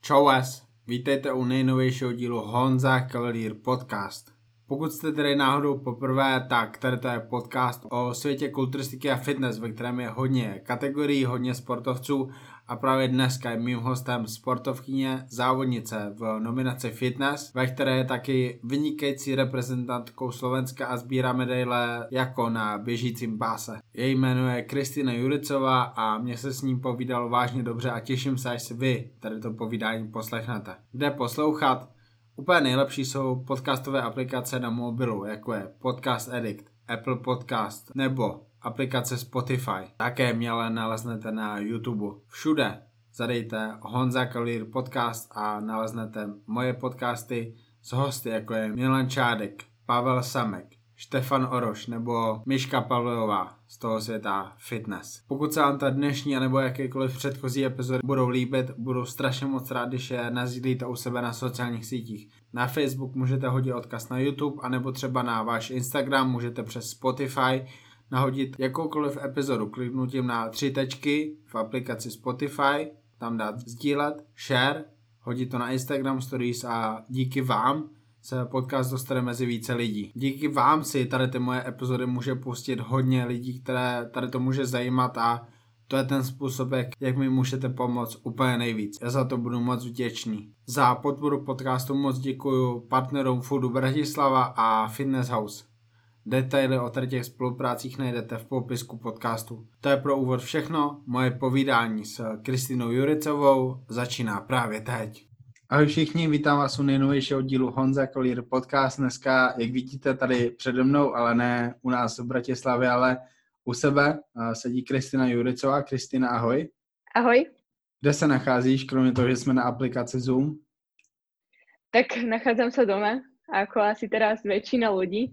Čau vás, vítejte u nejnovějšího dílu Honza Cavalier Podcast. Pokud jste tady náhodou poprvé, tak tady to je podcast o světě kulturistiky a fitness, ve kterém je hodně kategorií, hodně sportovců a právě dneska je mým hostem sportovkyně závodnice v nominaci fitness, ve které je taky vynikající reprezentantkou Slovenska a sbírá medaile jako na běžícím páse. Její jméno je Kristýna Juricová a mě se s ním povídalo vážně dobře a těším se, až si vy tady to povídání poslechnete. Kde poslouchat? Úplně nejlepší jsou podcastové aplikace na mobilu, jako je Podcast Addict, Apple Podcast nebo aplikace Spotify. Také mě ale naleznete na YouTube. Všude zadejte Honza Cavalier Podcast a naleznete moje podcasty s hosty, jako je Milan Čádek, Pavel Samek, Štefan Oroš nebo Miška Pavlová z toho světa fitness. Pokud se vám ta dnešní nebo jakékoliv předchozí epizody budou líbit, budu strašně moc rád, když je nazdílíte u sebe na sociálních sítích. Na Facebook můžete hodit odkaz na YouTube, anebo třeba na váš Instagram můžete přes Spotify nahodit jakoukoliv epizodu kliknutím na 3 tečky v aplikaci Spotify, tam dát sdílet, share, hodit to na Instagram Stories a díky vám se podcast dostane mezi více lidí. Díky vám si tady ty moje epizody může pustit hodně lidí, které tady to může zajímat a to je ten způsob, jak mi můžete pomoct úplně nejvíc. Já za to budu moc vděčný. Za podporu podcastu moc děkuju partnerům Foodu Bratislava a Fitness House. Detaily o těch spoluprácích najdete v popisku podcastu. To je pro úvod všechno. Moje povídání s Kristýnou Juricovou začíná právě teď. Ahoj všichni, vítám vás u nejnovějšího dílu Honza Cavalier Podcast. Dneska, jak vidíte, tady přede mnou, ale ne u nás v Bratislavě, ale u sebe sedí Kristýna Juricová. Kristýna, ahoj. Ahoj. Kde se nacházíš, kromě toho, že jsme na aplikaci Zoom? Tak nachádzam sa doma, ako asi teraz väčšina ľudí.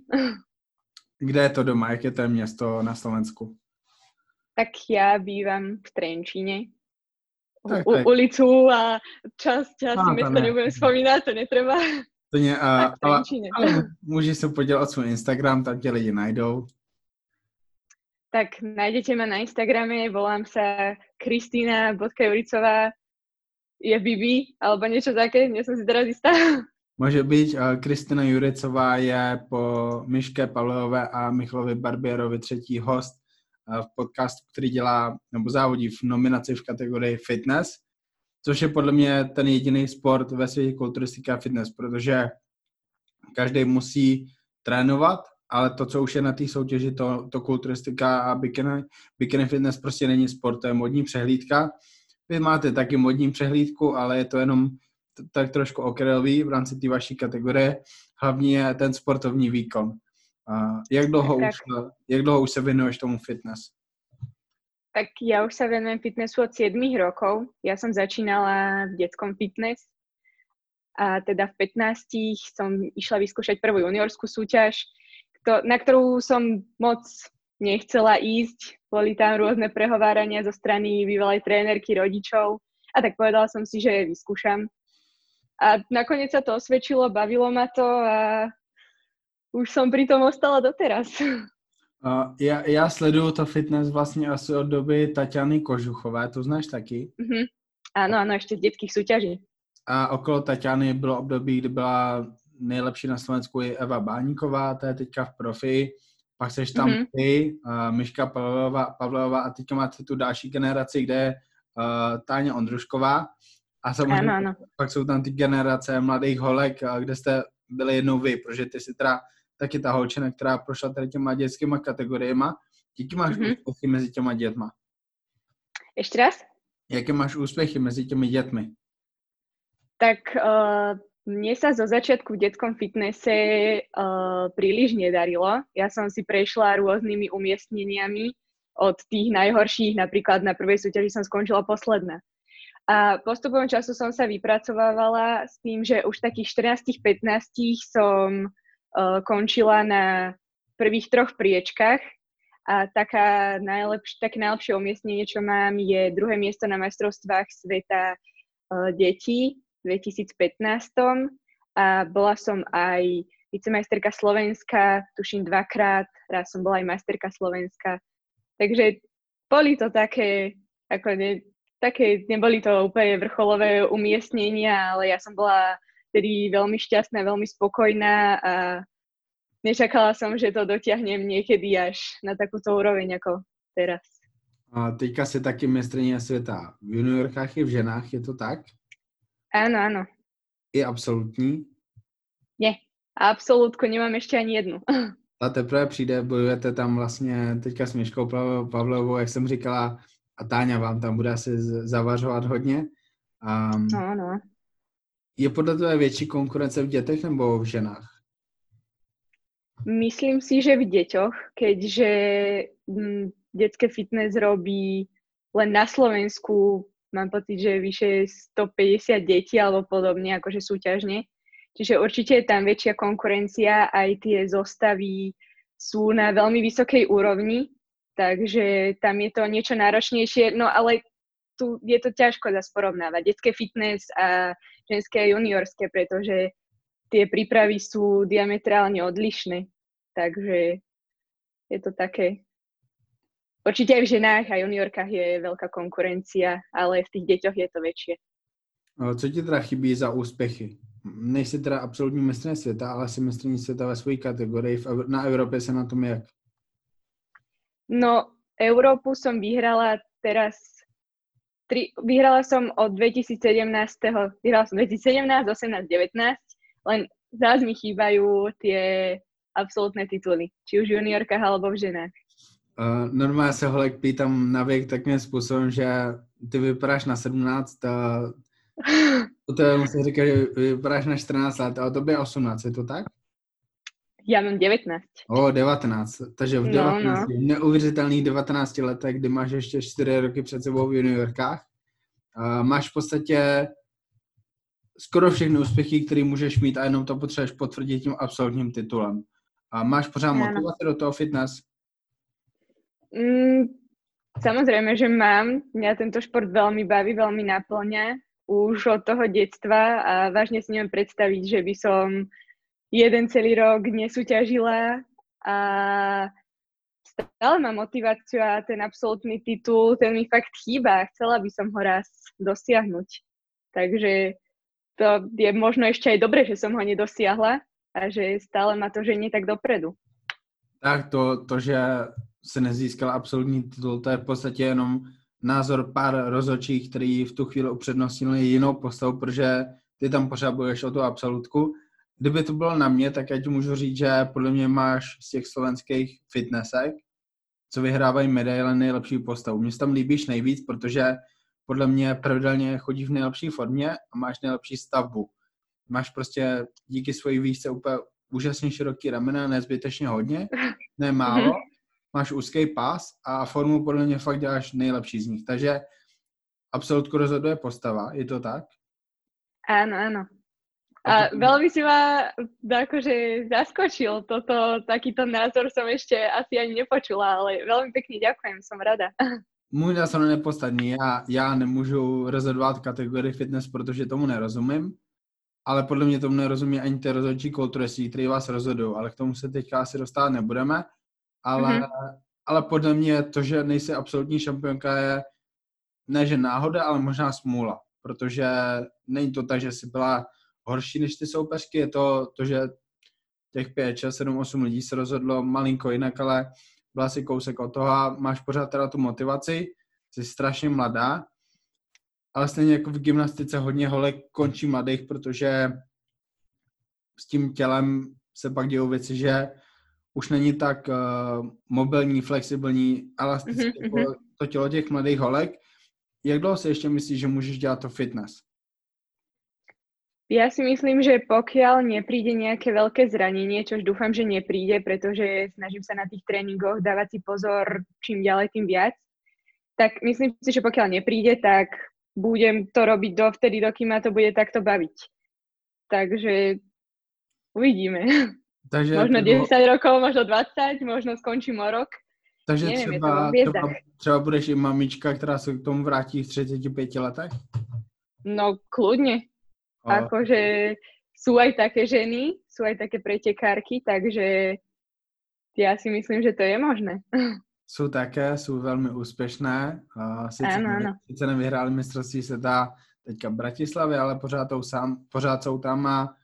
Kde je to doma? Jaké to je město na Slovensku? Tak ja bývam v Trenčíne. Tak. Ulicu a časť asi mesta nebudem spomínať, to netreba. To nie, tak v Trenčíne. ale můžeš se podělat o svůj Instagram, tam tě lidi najdou. Tak nájdete ma na Instagrame, volám sa Kristýna.Juricová je Bibi, alebo niečo také, nie som si teraz istá. Může být. Kristýna Juricová je po Miške Pavlové a Michalovi Barbierovi třetí host v podcastu, který dělá nebo závodí v nominaci v kategorii fitness, což je podle mě ten jediný sport ve světě kulturistiky a fitness, protože každý musí trénovat, ale to, co už je na té soutěži, to kulturistika a bikini fitness prostě není sport, to je modní přehlídka. Vy máte taky modní přehlídku, ale je to jenom tak trošku okrajový v rámci té vaší kategorie. Hlavně je ten sportovní výkon. Jak dlouho už se věnuješ tomu fitness? Tak ja už sa venujem fitnessu od 7 rokov. Ja som začínala v detskom fitness a teda v 15 som išla vyskúšať prvú juniorskú súťaž, na ktorú som moc nechcela ísť. Boli tam rôzne prehovárania zo strany bývalej trénerky, rodičov a tak povedala som si, že je vyskúšam. A nakoniec sa to osvedčilo, bavilo ma to a už som pri tom ostala doteraz. Já sleduju to fitness vlastně asi od doby Tatiany Kožuchové, to znáš taky? Mm-hmm. Áno, ešte z detských súťaží. A okolo Tatiany bylo období, kdy byla nejlepší na Slovensku i Eva Báníková, ta je teďka v profi, pak seš tam ty, Miška Pavlová a teďka máte tu další generaci, kde je Táňa Ondrušková a samozřejmě ano. Pak jsou tam ty generace mladých holek, kde jste byli jednou vy, protože ty jsi teda taky ta holčina, která prošla tady těma dětskýma kategoriema. Jaký máš úspěchy mezi těma dětma? Ještě raz? Jaké máš úspěchy mezi těmi dětmi? Tak mne sa zo začiatku v detskom fitnesse príliš nedarilo. Ja som si prešla rôznymi umiestneniami od tých najhorších, napríklad na prvej súťaži som skončila posledná. A postupom času som sa vypracovávala s tým, že už takých 14-15 som končila na prvých 3 priečkach a také najlepšie umiestnenie, čo mám, je 2. miesto na majstrovstvách sveta detí v 2015 a bola som aj vicemajsterka Slovenska, tuším 2-krát, raz som bola aj majsterka Slovenska. Takže boli to také, ako také neboli to úplne vrcholové umiestnenia, ale ja som bola tedy veľmi šťastná, veľmi spokojná a nečakala som, že to dotiahnem niekedy až na takúto úroveň ako teraz. A teďka si taky mistryně světa v juniorkách i v ženách, je to tak? Áno, áno. I absolutní? Nie, absolútku nemám ešte ani jednu. A teprve přijde, bojujete tam vlastně teďka s Miškou Pavlovou, jak jsem říkala, a Táňa vám tam bude asi zavařovat hodně. No. Je podle tebe větší konkurence v dětech nebo v ženách? Myslím si, že v deťoch, keďže detské fitness robí len na Slovensku, mám pocit, že vyše 150 detí alebo podobne, akože súťažne. Čiže určite je tam väčšia konkurencia, aj tie zostavy sú na veľmi vysokej úrovni, takže tam je to niečo náročnejšie, no ale tu je to ťažko zase porovnávať. Detské fitness a ženské a juniorské, pretože tie prípravy sú diametrálne odlišné, takže je to také. Určite aj v ženách a juniorkách je veľká konkurencia, ale v tých deťoch je to väčšie. Co ti teda chybí za úspěchy? Nejsi teda absolutní mistryně světa, ale jsi mistryní světa ve své kategorii. Na Evropě se na tom jak? No, Európu som vyhrala teraz vyhrala som od 2017, 18, 19, len zás mi chýbajú tie absolútne tituly, či už v juniorkách alebo v ženách. Normálně se holek pýtam na věk takým způsobem, že ty vypadáš na 17 a to musím říkat, že vypadáš na 14 let, a o tobě 18, je to tak? Já mám 19. 19, takže v 19, neuvěřitelných 19 letech, kdy máš ještě 4 roky před sebou v juniorkách, máš v podstatě skoro všechny úspěchy, které můžeš mít a jenom to potřebuješ potvrdit tím absolutním titulem. A máš pořád motivaci do toho fitness? Samozrejme, že mám. Mňa tento šport veľmi baví, veľmi naplňa. Už od toho detstva a vážne si neviem predstaviť, že by som jeden celý rok nesúťažila a stále mám motiváciu a ten absolútny titul, ten mi fakt chýba. Chcela by som ho raz dosiahnuť. Takže to je možno ešte aj dobre, že som ho nedosiahla a že stále ma to ženie tak dopredu. Tak to, že se nezískal absolutní titul, to je v podstatě jenom názor pár rozhodčích, který v tu chvíli upřednostnili jinou postavu, protože ty tam pořád bojuješ o tu absolutku. Kdyby to bylo na mě, tak já ti můžu říct, že podle mě máš z těch slovenských fitnessek, co vyhrávají medaile, nejlepší postavu. Mně se tam líbíš nejvíc, protože podle mě pravidelně chodíš v nejlepší formě a máš nejlepší stavbu. Máš prostě díky svojí výšce úplně úžasně široký ramena, nezbytečně hodně, ne málo. Máš úzký pás a formu podle mě fakt děláš nejlepší z nich. Takže absolutku rozhoduje postava, je to tak? Áno. A veľmi si ma akože zaskočil. Takýto názor som ešte asi ani nepočula, ale veľmi pekne ďakujem, som rada. Můj názor je nepodstatný. Já nemůžu rozhodovat kategorii fitness, protože tomu nerozumím, ale podle mě tomu nerozumí ani ty rozhodčí kulturisti, kteří vás rozhodují, ale k tomu se teďka asi dostávat nebudeme. Ale podle mě to, že nejsi absolutní šampionka, je ne, že náhoda, ale možná smůla, protože není to tak, že jsi byla horší než ty soupeřky, je to, že těch 5, 6, 7, 8 lidí se rozhodlo malinko jinak, ale byla si kousek od toho a máš pořád teda tu motivaci, jsi strašně mladá, ale stejně jako v gymnastice hodně holek končí mladých, protože s tím tělem se pak dějou věci, že už není tak mobilní, flexibilní, elastický jako to tělo těch mladých holek. Jak dlouho si ještě myslíš, že můžeš dělat to fitness? Ja si myslím, že pokiaľ nepríde nejaké veľké zranenie, čož dúfam, že nepríde, pretože snažím sa na tých tréningoch dávať si pozor čím ďalej, tým viac, tak myslím si, že pokiaľ nepríde, tak budem to robiť dovtedy, dokým ma to bude takto baviť. Takže uvidíme. Takže možno 10 rokov, možno 20, možno skončím o rok. Takže neviem, třeba budeš i mamička, která se k tomu vrátí v 35 letech? No kľudne. Akože sú aj také ženy, sú aj také pretekárky, takže ja si myslím, že to je možné. jsou velmi úspěšné. Áno, áno. Sice nevyhráli mistrovství světa teďka v Bratislavě, ale pořád jsou tam a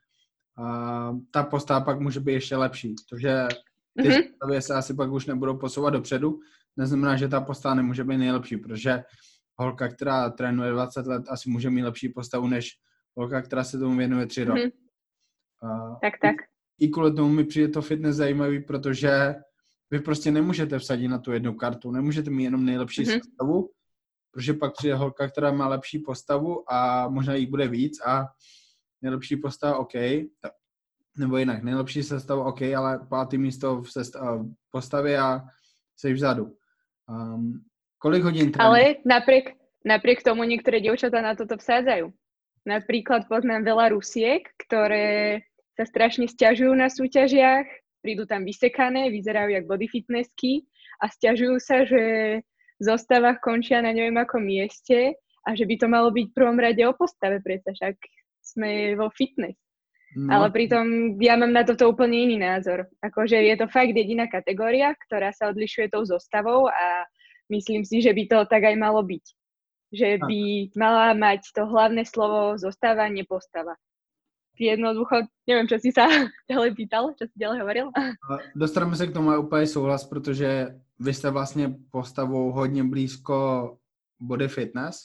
ta postava pak může být ještě lepší. To, že ty stavy se asi pak už nebudou posouvat dopředu, neznamená, že ta postava nemůže být nejlepší, protože holka, která trénuje 20 let, asi může mít lepší postavu, než holka, která se tomu věnuje 3 roky. Tak. I kvůli tomu mi přijde to fitness zajímavý, protože vy prostě nemůžete vsadit na tu jednu kartu, nemůžete mít jenom nejlepší sestavu, protože pak přijde holka, která má lepší postavu a možná jí bude víc a nejlepší postava OK, nebo jinak, nejlepší sestava OK, ale pátý místo v postavě a jsi vzadu. Kolik hodín trénuješ? Ale napriek tomu niektoré dievčatá na toto vsádzajú. Napríklad poznám veľa Rusiek, ktoré sa strašne sťažujú na súťažiach, prídu tam vysekané, vyzerajú jak body fitnessky a sťažujú sa, že v zostavách končia na neviem akom mieste a že by to malo byť v prvom rade o postave, predsa však sme vo fitness. No. Ale pritom ja mám na toto úplne iný názor. Akože je to fakt jediná kategória, ktorá sa odlišuje tou zostavou a myslím si, že by to tak aj malo byť. Že by mala mať to hlavné slovo zostava, nepostava. Jednoducho, neviem, čo si sa ďalej pýtal, čo si ďalej hovoril. Dostaneme se k tomu, úplně souhlas, protože vy jste vlastně postavou hodně blízko body fitness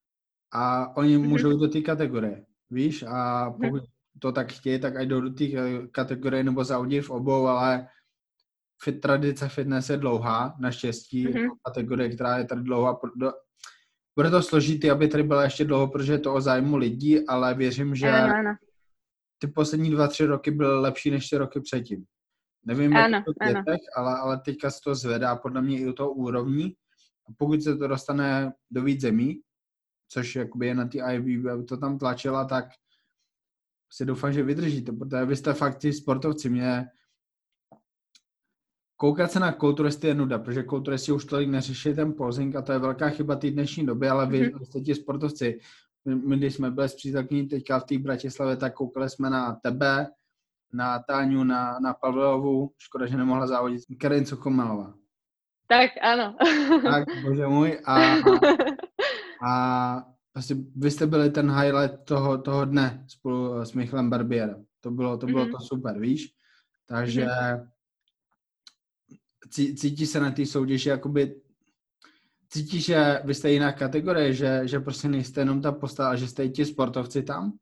a oni můžou do té kategorie, víš, a pokud to tak chtějí, tak ať jdou do té kategorie nebo zaudí v obou, ale tradice fitness je dlouhá, naštěstí, kategorie, která je tady dlouhá. Bude to složitý, aby tady byla ještě dlouho, protože je to o zájmu lidí, ale věřím, že ty poslední 2-3 roky byly lepší než ty roky předtím. Nevím, jak to v dětech, ale teďka se to zvedá podle mě i do toho úrovní. A pokud se to dostane do víc zemí, což jakoby je na té IFBB, aby to tam tlačila, tak si doufám, že vydržíte, protože vy jste fakt ti sportovci. Koukat se na kulturisty je nuda, protože kulturisti už tolik neřeší ten posing a to je velká chyba té dnešní doby, ale vy jste ti sportovci. My, když jsme byli s přítelkyní teďka v té Bratislavě, tak koukali jsme na tebe, na Táňu, na Pavlovu, škoda, že nemohla závodit, Karin Suchomalová. Tak, ano. Tak, bože můj. A asi vy jste byli ten highlight toho dne spolu s Michalem Barbierem. To bylo to super, víš? Takže cítí se na té soutěži jakoby cítíš, že vy jste jiná kategorie, že prostě nejste jenom ta postava, že jste i ti sportovci tam?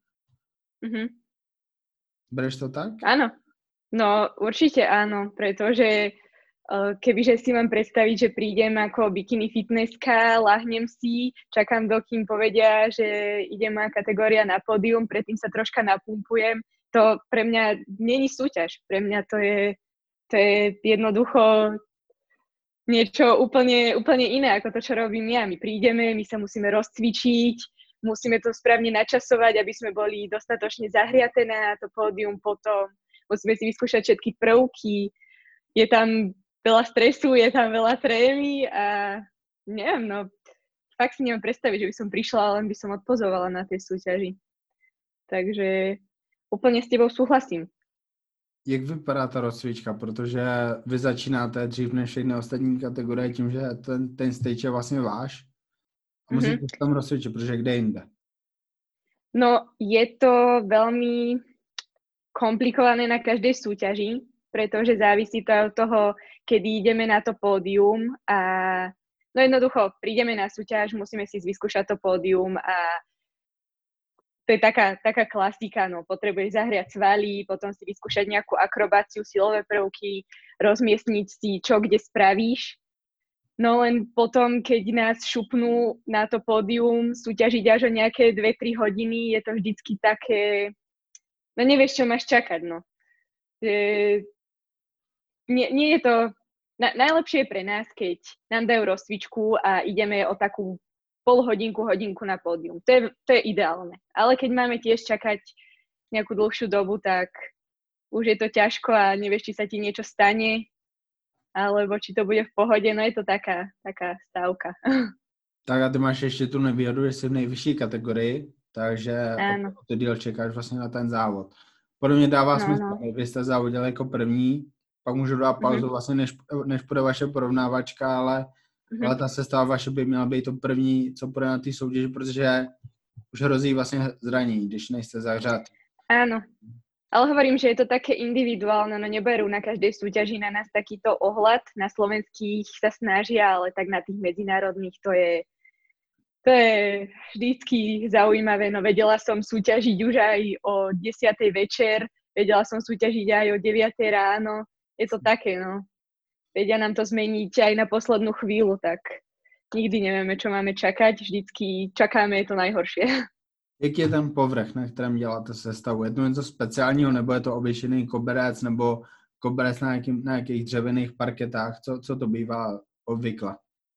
Bereš to tak? Áno. No určite áno, pretože kebyže si mám predstaviť, že prídem ako bikini fitnesska, lahnem si, čakám dokým povedia, že ide moja kategória na pódium, predtým sa troška napumpujem, to pre mňa není súťaž. Pre mňa to je jednoducho niečo úplne iné, ako to, čo robím ja. My prídeme, my sa musíme rozcvičiť, musíme to správne načasovať, aby sme boli dostatočne zahriaté na to pódium potom. Musíme si vyskúšať všetky prvky. Je tam veľa stresu, je tam veľa trémy a neviem, no fakt si neviem predstaviť, že by som prišla a len by som odpozovala na tej súťaži. Takže úplne s tebou súhlasím. Jak vypadá ta rozcvička, protože vy začínáte dřív než všechny ostatní kategorie tím, že ten stage je vlastně váš a musíte tam rozcvičit, protože kde jinde? No, je to veľmi komplikované na každej súťaži, pretože závisí to od toho, kedy ideme na to pódium a no jednoducho, prídeme na súťaž, musíme si vyskúšať to pódium a to je taká klasika, no, potrebuješ zahriať svaly, potom si vyskúšať nejakú akrobáciu, silové prvky, rozmiestniť si, čo kde spravíš. No len potom, keď nás šupnú na to pódium, súťažiť až o nejaké 2-3 hodiny, je to vždycky také, no nevieš, čo máš čakať, no. Nie je to, najlepšie je pre nás, keď nám dajú rozcvičku a ideme o takú hodinku na pódium. To je ideálne. Ale keď máme tiež čakať nejakú dlhšiu dobu, tak už je to ťažko a nevieš, či sa ti niečo stane, alebo či to bude v pohode. No je to taká stávka. Tak a ty máš ještě tu nevýhodu, že jsi v nejvyšší kategorii, takže ty díl čekáš vlastně na ten závod. Podle mě dává smysl, vy jste závodili jako první, pak můžu dát pauzu vlastně, než půjde vaše porovnávačka, ale ta sestava vaše by měla být to první, co půjde na té soutěži, protože už hrozí vlastně zranění, když nejste zahřát. Áno, ale hovorím, že je to také individuálne, no neberú na každej súťaži na nás takýto ohľad, na slovenských sa snažia, ale tak na tých medzinárodných to je vždycky zaujímavé, no vedela som súťažiť už aj o 10. večer, vedela som súťažiť aj o 9. ráno, je to také, no. Vedia nám to zmeniť aj na poslednú chvíľu, tak nikdy nevieme, čo máme čakať, vždycky čakáme, je to najhoršie. Jaký je ten povrch, na kterém děláte sestavu? Je to něco speciálního, nebo je to obyčejný koberec, nebo koberec na nějakých dřevěných parketách? Co to bývá obvykle?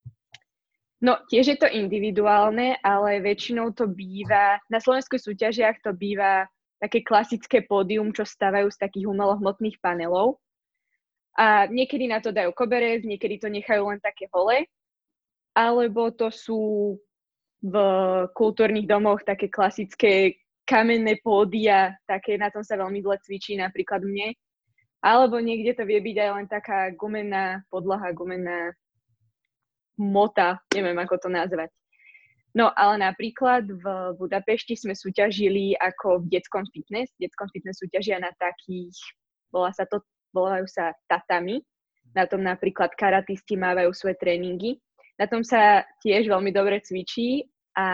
No, tiež je to individuálne, ale väčšinou to býva, na slovenských súťažiach to býva také klasické pódium, čo stavajú z takých umelohmotných panelov. A niekedy na to dajú koberec, niekedy to nechajú len také hole, alebo to sú v kultúrnych domoch také klasické kamenné pódia, také na tom sa veľmi zle cvičí, napríklad mne. Alebo niekde to vie byť aj len taká gumená podlaha, gumená mota, neviem ako to nazvať. No ale napríklad v Budapešti sme súťažili ako v detskom fitness. V detskom fitness súťažia na takých, volajú sa tatami. Na tom napríklad karatisti mávajú svoje tréningy. Na tom sa tiež veľmi dobre cvičí,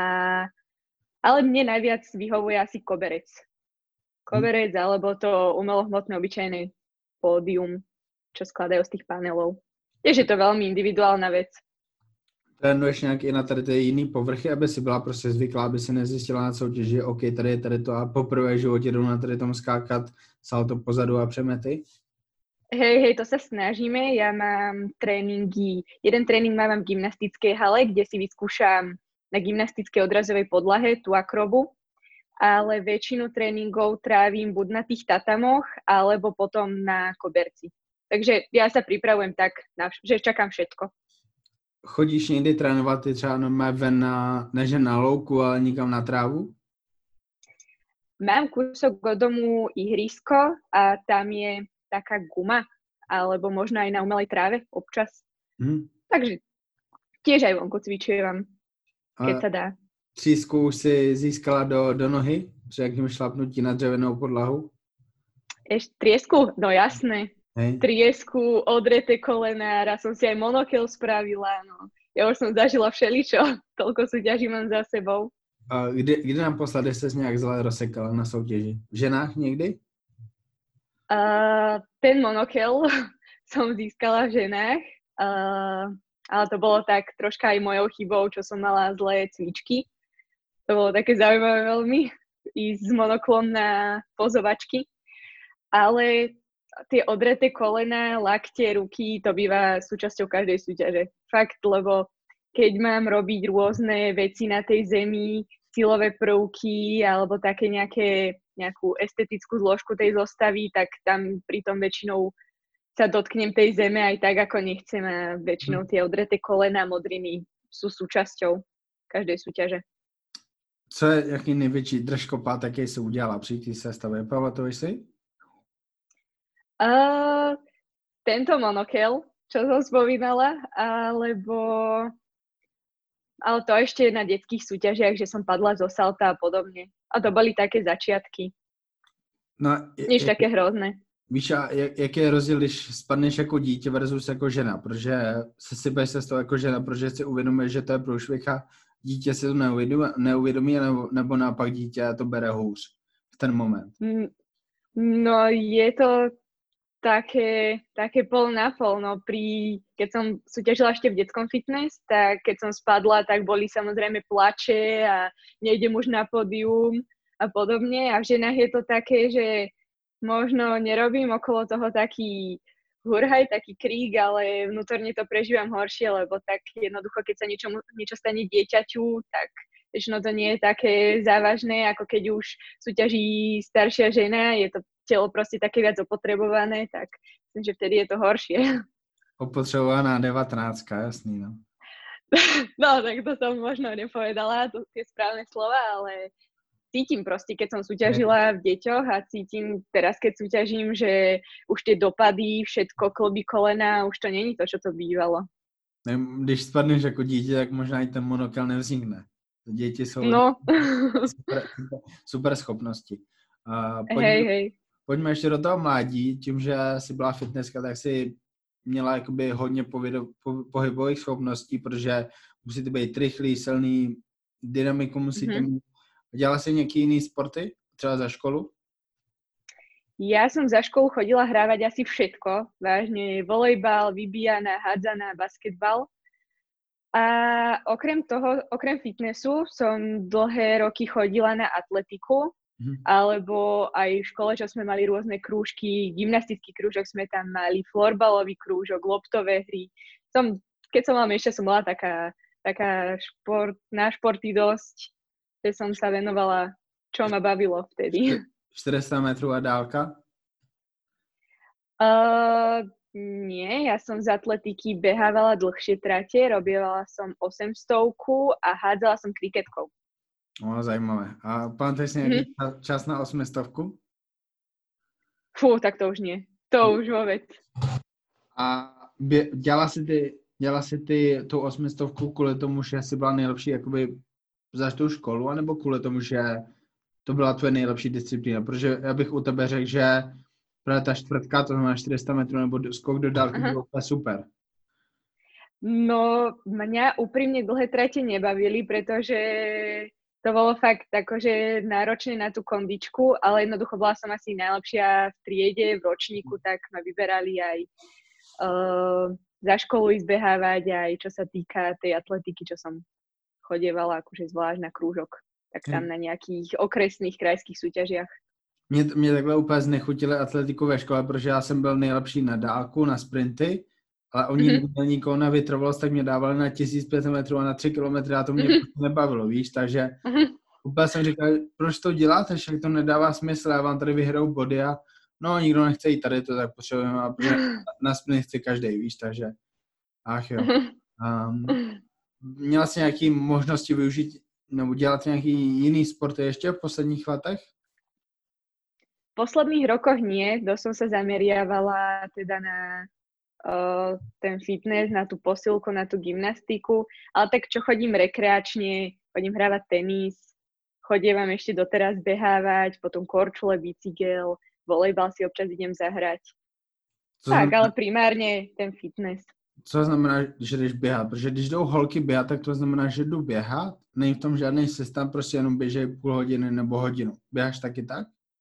ale mne najviac vyhovuje asi koberec. Koberec alebo to umelohmotné obyčajné pódium, čo skladajú z tých panelov. Tiež je to veľmi individuálna vec. Trénuješ nějak i na tady ty jiný povrchy, aby si byla prostě zvyklá, aby si nezjistila na soutěži, že OK, tady je tady to a poprvé v životě jdu na tady tom skákat salto pozadu a přemety? Hej, to sa snažíme. Ja mám tréningy, jeden tréning mám v gymnastickej hale, kde si vyskúšam na gymnastickej odrazovej podlahe tú akrobu, ale väčšinu tréningov trávim buď na tých tatamoch, alebo potom na koberci. Takže ja sa pripravujem tak, že čakám všetko. Chodíš někdy trénovat i třeba ven než na louku, ale nikam na trávu? Mám kúsok od domu ihrisko a tam je taká guma, alebo možno aj na umelej tráve občas. Takže tiež aj vonku cvičujem, keď sa dá. Třísku už si získala do nohy při jakým šlapnutí na dřevěnou podlahu? Triesku? No jasné. Hej. Triesku, odreté kolená, raz som si aj monokel spravila, no. Ja už som zažila všeličo, toľko súťaží mám za sebou. A kdy naposledy ses nějak zle rozsekala na soutěži? V ženách někdy? Ten monokel som získala v ženách, ale to bolo tak troška aj mojou chybou, čo som mala zlé cvičky. To bolo také zaujímavé veľmi, ísť s monoklom na pozovačky, ale tie odreté kolená, lakte, ruky, to býva súčasťou každej súťaže. Fakt, lebo keď mám robiť rôzne veci na tej zemi, silové prvky alebo také nejakú estetickú zložku tej zostavy, tak tam pritom väčšinou sa dotknem tej zeme aj tak, ako nechcem a väčšinou tie odreté kolená modriny sú súčasťou každej súťaže. Co je jaký největší držkopát, jaký jsi udělala při té sestavě? Pamatuješ si? Tento monokel, čo som spomínala, ale to ešte na detských súťažiach, že som padla zo salta a podobne. A to boli také začiatky. No, Nič také hrozné. Víš, a jaký je rozdíl, když spadneš jako dítě versus jako žena? Protože se sypeš se z toho jako žena, protože si uvědomuješ, že to je průšvih a dítě si to neuvědomí nebo naopak dítě to bere hůř v ten moment? No je to také pol na pol. No, keď som súťažila ešte v detskom fitness, tak keď som spadla, tak boli samozrejme plače a nejdem už na pódium a podobne. A v ženách je to také, že možno nerobím okolo toho taký hurhaj, taký krík, ale vnútorne to prežívam horšie, lebo tak jednoducho, keď sa niečo stane dieťaťu, tak väčšinou to nie je také závažné, ako keď už súťaží staršia žena, je to telo proste také viac opotrebované, tak myslím, že vtedy je to horšie. Opotrebovaná 19, jasný, no. No, tak to som možno nepovedala, tie správne slova, ale cítim proste, keď som súťažila v deťoch a cítim teraz, keď súťažím, že už tie dopady, všetko, klby, kolena, už to není to, čo to bývalo. Když spadneš jako dítě, tak možná i ten monokel nevznikne. Děti jsou No. super schopnosti. Hej. Pojďme ještě do toho mládí. Tím, že jsi byla fitnesska, tak jsi měla jakoby hodně pohybových schopností, protože musíte být rychlý, silný, dynamiku musíte mít. Dělala jsi nějaký jiný sporty? Třeba za školu? Ja som za školu chodila hrávať asi všetko. Vážne volejbal, vybíjana, hádzaná, basketbal. A okrem toho, okrem fitnessu som dlhé roky chodila na atletiku, alebo aj v škole, čo sme mali rôzne krúžky, gymnastický krúžok sme tam mali, florbalový krúžok, loptové hry. Keď som mala ešte, som bola taká na športy dosť, že som sa venovala, čo ma bavilo vtedy. 400 metrů a dálka? Nie, ja som z atletiky behávala dlhšie trate, robievala som 800 a hádzala som kriketkou. Zajímavé. A pamatuješ si nějaký čas na 800? Fú, tak to už nie. To už vôbec. A dělala si ty tu 800 kvůli tomu, že jsi byla nejlepší jakoby za tu školu, anebo kvůli tomu, že to byla tvoje nejlepší disciplína? Protože já bych u tebe řekl, že právě ta čtvrtka, to znamená 400 metrů nebo skok do dálky, bylo super. No, mňa úprimne dlhé trate nebavili, pretože to bolo fakt akože náročné na tú kondičku, ale jednoducho bola som asi najlepšia v triede, v ročníku, tak ma vyberali aj za školu ísť behávať, aj čo sa týka tej atletiky, čo som chodievala akože zvlášť na krúžok, tak tam na nejakých okresných krajských súťažiach. Mě takhle úplně znechutili atletiku ve škole, protože já jsem byl nejlepší na dálku, na sprinty, ale oni neměli nikoho na vytrvalost, tak mě dávali na 1500 metrů a na 3 kilometry a to mě nebavilo, víš, takže úplně jsem říkal, proč to děláte, že to nedává smysl, já vám tady vyhraju body a no, nikdo nechce jít tady, to tak potřebujeme, protože na sprint chce každý, víš, takže ach jo. Měla jsi nějaké možnosti využít nebo dělat nějaký jiný sporty ještě v posledních letech? V posledných rokoch nie, dosť som sa zameriavala teda na ten fitness, na tú posilku, na tú gymnastiku, ale tak čo chodím rekreačne, chodím hrávať tenis, chodievam ešte doteraz behávať, potom korčule, bicykel, volejbal si občas idem zahrať. Ale primárne ten fitness. Co znamená, že jdeš běhat? Protože když jdou holky běhat, tak to znamená, že jdu běhat? Není v tom žádný systém, prostě jenom běžej půl hodiny nebo hodinu. Běháš taky tak?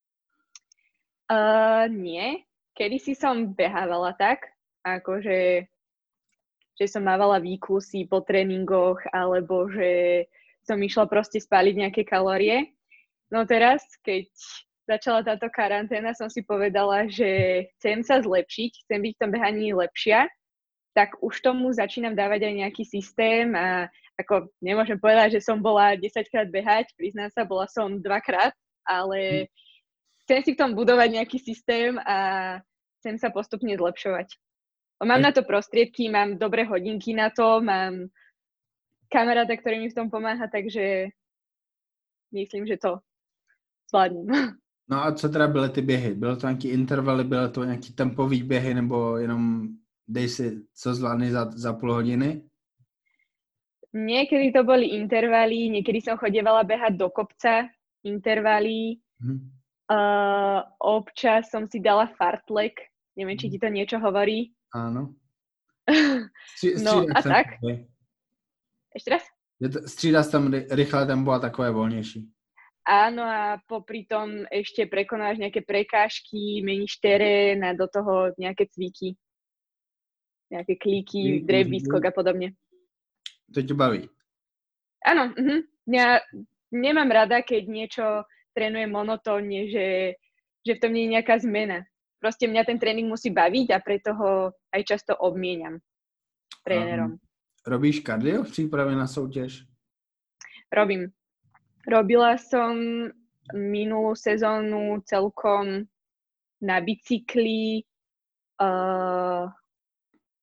Nie. Kedysi som behávala tak, akože že som mávala výkusy po tréningoch, alebo že som išla proste spáliť nejaké kalórie. No teraz, keď začala táto karanténa, som si povedala, že chcem sa zlepšiť, chcem byť v tom behaní lepšia, tak už tomu začínam dávať aj nejaký systém a ako nemôžem povedať, že som bola 10-krát behať, priznám sa, bola som 2-krát, ale chcem si v tom budovať nejaký systém a chcem sa postupne zlepšovať. Mám na to prostriedky, mám dobré hodinky na to, mám kamaráta, ktorý mi v tom pomáha, takže myslím, že to zvládnem. No a co teda byly ty běhy? Bylo to nějaký intervaly, bylo to nějaký tempový běhy, nebo jenom dej si, co zvládneš za půl hodiny? Niekedy to boli intervaly, niekedy som chodievala behať do kopca, intervaly. Občas som si dala fartlek, neviem, či ti to niečo hovorí. Áno. No a tak. Ešte raz? Střídá tam rýchle tempo a takové voľnejší. Áno, a popri tom ešte prekonáš nejaké prekážky, meníš terén a do toho nejaké cviky. Nejaké klíky, drebískok a podobne. To ťa baví? Áno. Ja nemám rada, keď niečo trénujem monotónne, že v tom nie je nejaká zmena. Proste mňa ten tréning musí baviť a preto ho aj často obmieniam trénerom. Robíš kardio v príprave na súťaž? Robím. Robila som minulú sezónu celkom na bicykli.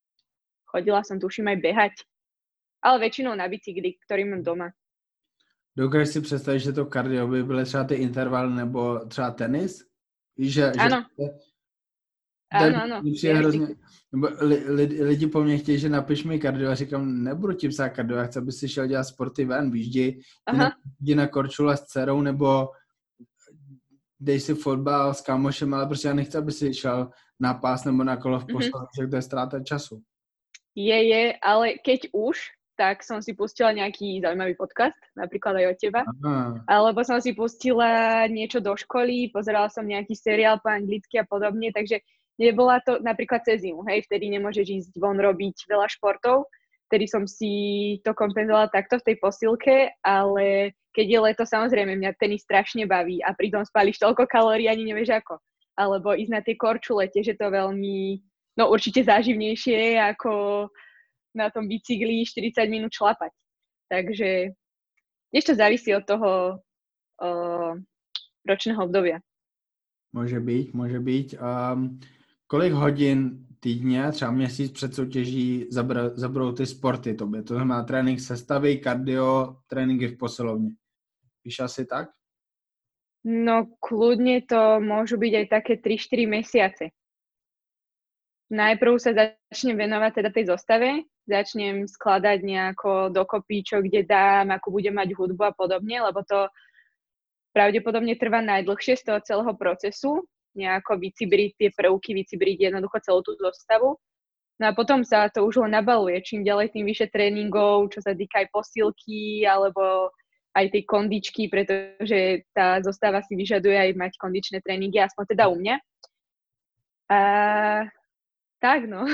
Chodila som, tuším, aj behať. Ale väčšinou na bicykli, ktorý mám doma. Dokážeš si představit, že to kardio by byly třeba ty intervaly nebo třeba tenis? Víš, že Áno, ten áno, mi přijde viem si... hrozně, nebo lidi po mně chtějí, že napiš mi kardio a říkám, nebudu ti psát kardio, já chci, aby si šel dělat sporty ven, víš, Aha, jdi na korčule s dcerou nebo dej si fotbal s kámošem, ale prostě já nechci, aby si šel na pás nebo na kolo v poslední, že to je ztráta času. je, ale keď už, tak som si pustila nejaký zaujímavý podcast, napríklad aj od teba. Aha. Alebo som si pustila niečo do školy, pozerala som nejaký seriál po anglicky a podobne, takže nebola to napríklad cez zimu, hej, vtedy nemôžeš ísť von robiť veľa športov, vtedy som si to kompenzovala takto v tej posilke, ale keď je leto, samozrejme, mňa tenis strašne baví a pritom spáliš toľko kalórií, ani nevieš ako. Alebo ísť na tie korčule, tiež je to veľmi, no určite záživnejšie, ako na tom bicykli 40 minút šlapať. Takže tiež to závisí od toho ročného obdobia. Může být. Kolik hodin týdně, třeba měsíc před soutěží zaberou ty sporty tobě? To znamená trénink sestavy, kardio, tréninky v posilovně. Víš asi tak? No kľudne to môžu byť aj také 3-4 mesiace. Najprv sa začnem venovať teda tej zostave, začnem skladať nejako dokopy, čo kde dám, ako budem mať hudbu a podobne, lebo to pravdepodobne trvá najdlhšie z toho celého procesu, nejako vycibriť tie prvky, vycibriť jednoducho celú tú zostavu. No a potom sa to už len nabaluje, čím ďalej, tým vyššie tréningov, čo sa týka aj posilky, alebo aj tej kondičky, pretože tá zostava si vyžaduje aj mať kondičné tréningy, aspoň teda u mňa. A tak, no.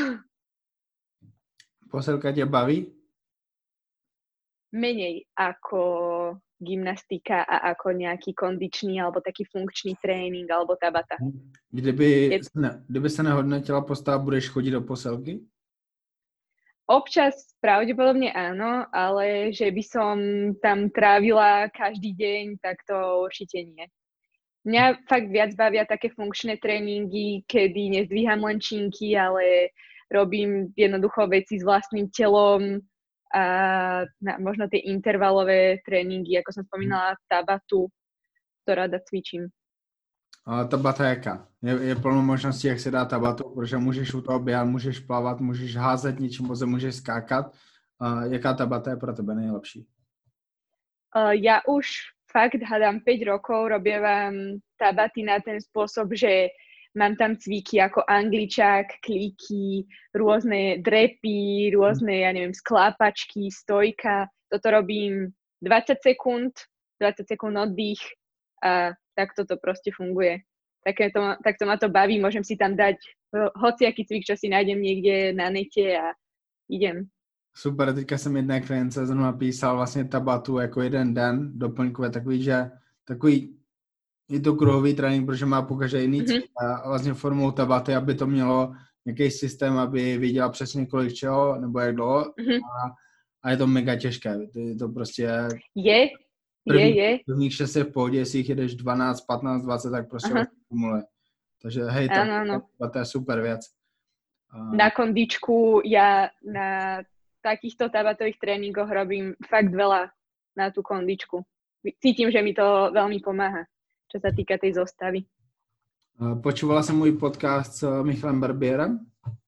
Posilka tě baví? Menej ako gymnastika a ako nejaký kondičný alebo taký funkčný trénink alebo tabata. Kdyby se nehodnotila postava, budeš chodit do posilky? Občas pravdepodobne áno, ale že by som tam trávila každý deň, tak to určite nie. Mňa fakt viac bavia také funkčné tréningy, kedy nezdvíham len činky, ale robím jednoducho veci s vlastným telom a možno tie intervalové tréningy, ako som spomínala, tabatu, to rada cvičím. A tabata jaká? Je plno možností, jak se dá tabatu, protože můžeš u toho běhat, můžeš plavat, můžeš házet ničím vozem, můžeš skákat. Jaká tabata je pro tebe nejlepší? Ja už fakt hádam 5 rokov robievam tabaty na ten spôsob, že mám tam cviky ako angličák, kliky, rôzne drepy, rôzne, ja neviem, sklápačky, stojka. Toto robím 20 sekúnd oddych a takto to proste funguje. Takto ma to baví, môžem si tam dať hociaký cvik, čo si nájdem niekde na nete a idem. Super, teďka jsem jedné klience zrovna písal vlastně tabatu jako jeden den doplňkové, takový je to kruhový trénink, protože má pokaždé jiný cvik a vlastně formou tabaty, aby to mělo nějaký systém, aby viděla přesně kolik čeho, nebo jak dlouho a je to mega těžké, to prostě je. Prvních 6 je v pohodě, jestli jich jedeš 12, 15, 20, tak prostě kumuluje. Takže hej, to je super věc. Na kondičku ja na takýchto tabatových tréningoch robím fakt veľa na tú kondičku. Cítim, že mi to veľmi pomáha, čo sa týka tej zostavy. Počúvala som môj podcast s Michalem Barbierem?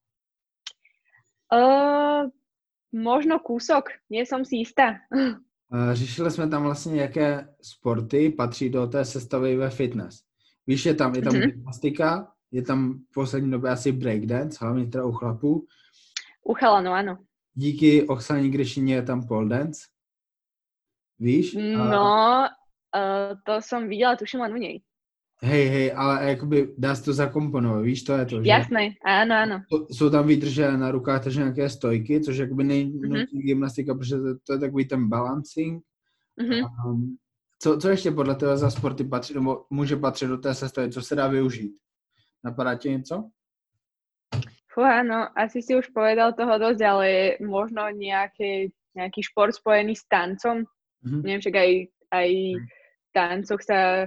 Možno kúsok, nie som si istá. Řešili jsme tam vlastně, jaké sporty patří do té sestavy ve fitness. Víš, je tam gymnastika, je tam v poslední době asi breakdance, hlavně teda u chlapů. U chalanov, áno. Díky Oksane Gryšině je tam pole dance. Víš? No, to som videla, tuším len u nej. Hej, ale jakoby dá se to zakomponovat, víš, to je to, že? Jasné, áno. Jsou tam výdrže na rukách, takže nějaké stojky, což jakoby není gymnastika, protože to je takový ten balancing. Co ještě podle tebe za sporty patří, nebo může patřit do té sestavy, co se dá využít? Napadá ti něco? Áno, asi si už povedal toho dosť, ale možno nejaký šport spojený s tancom. Neviem, však aj v tancoch sa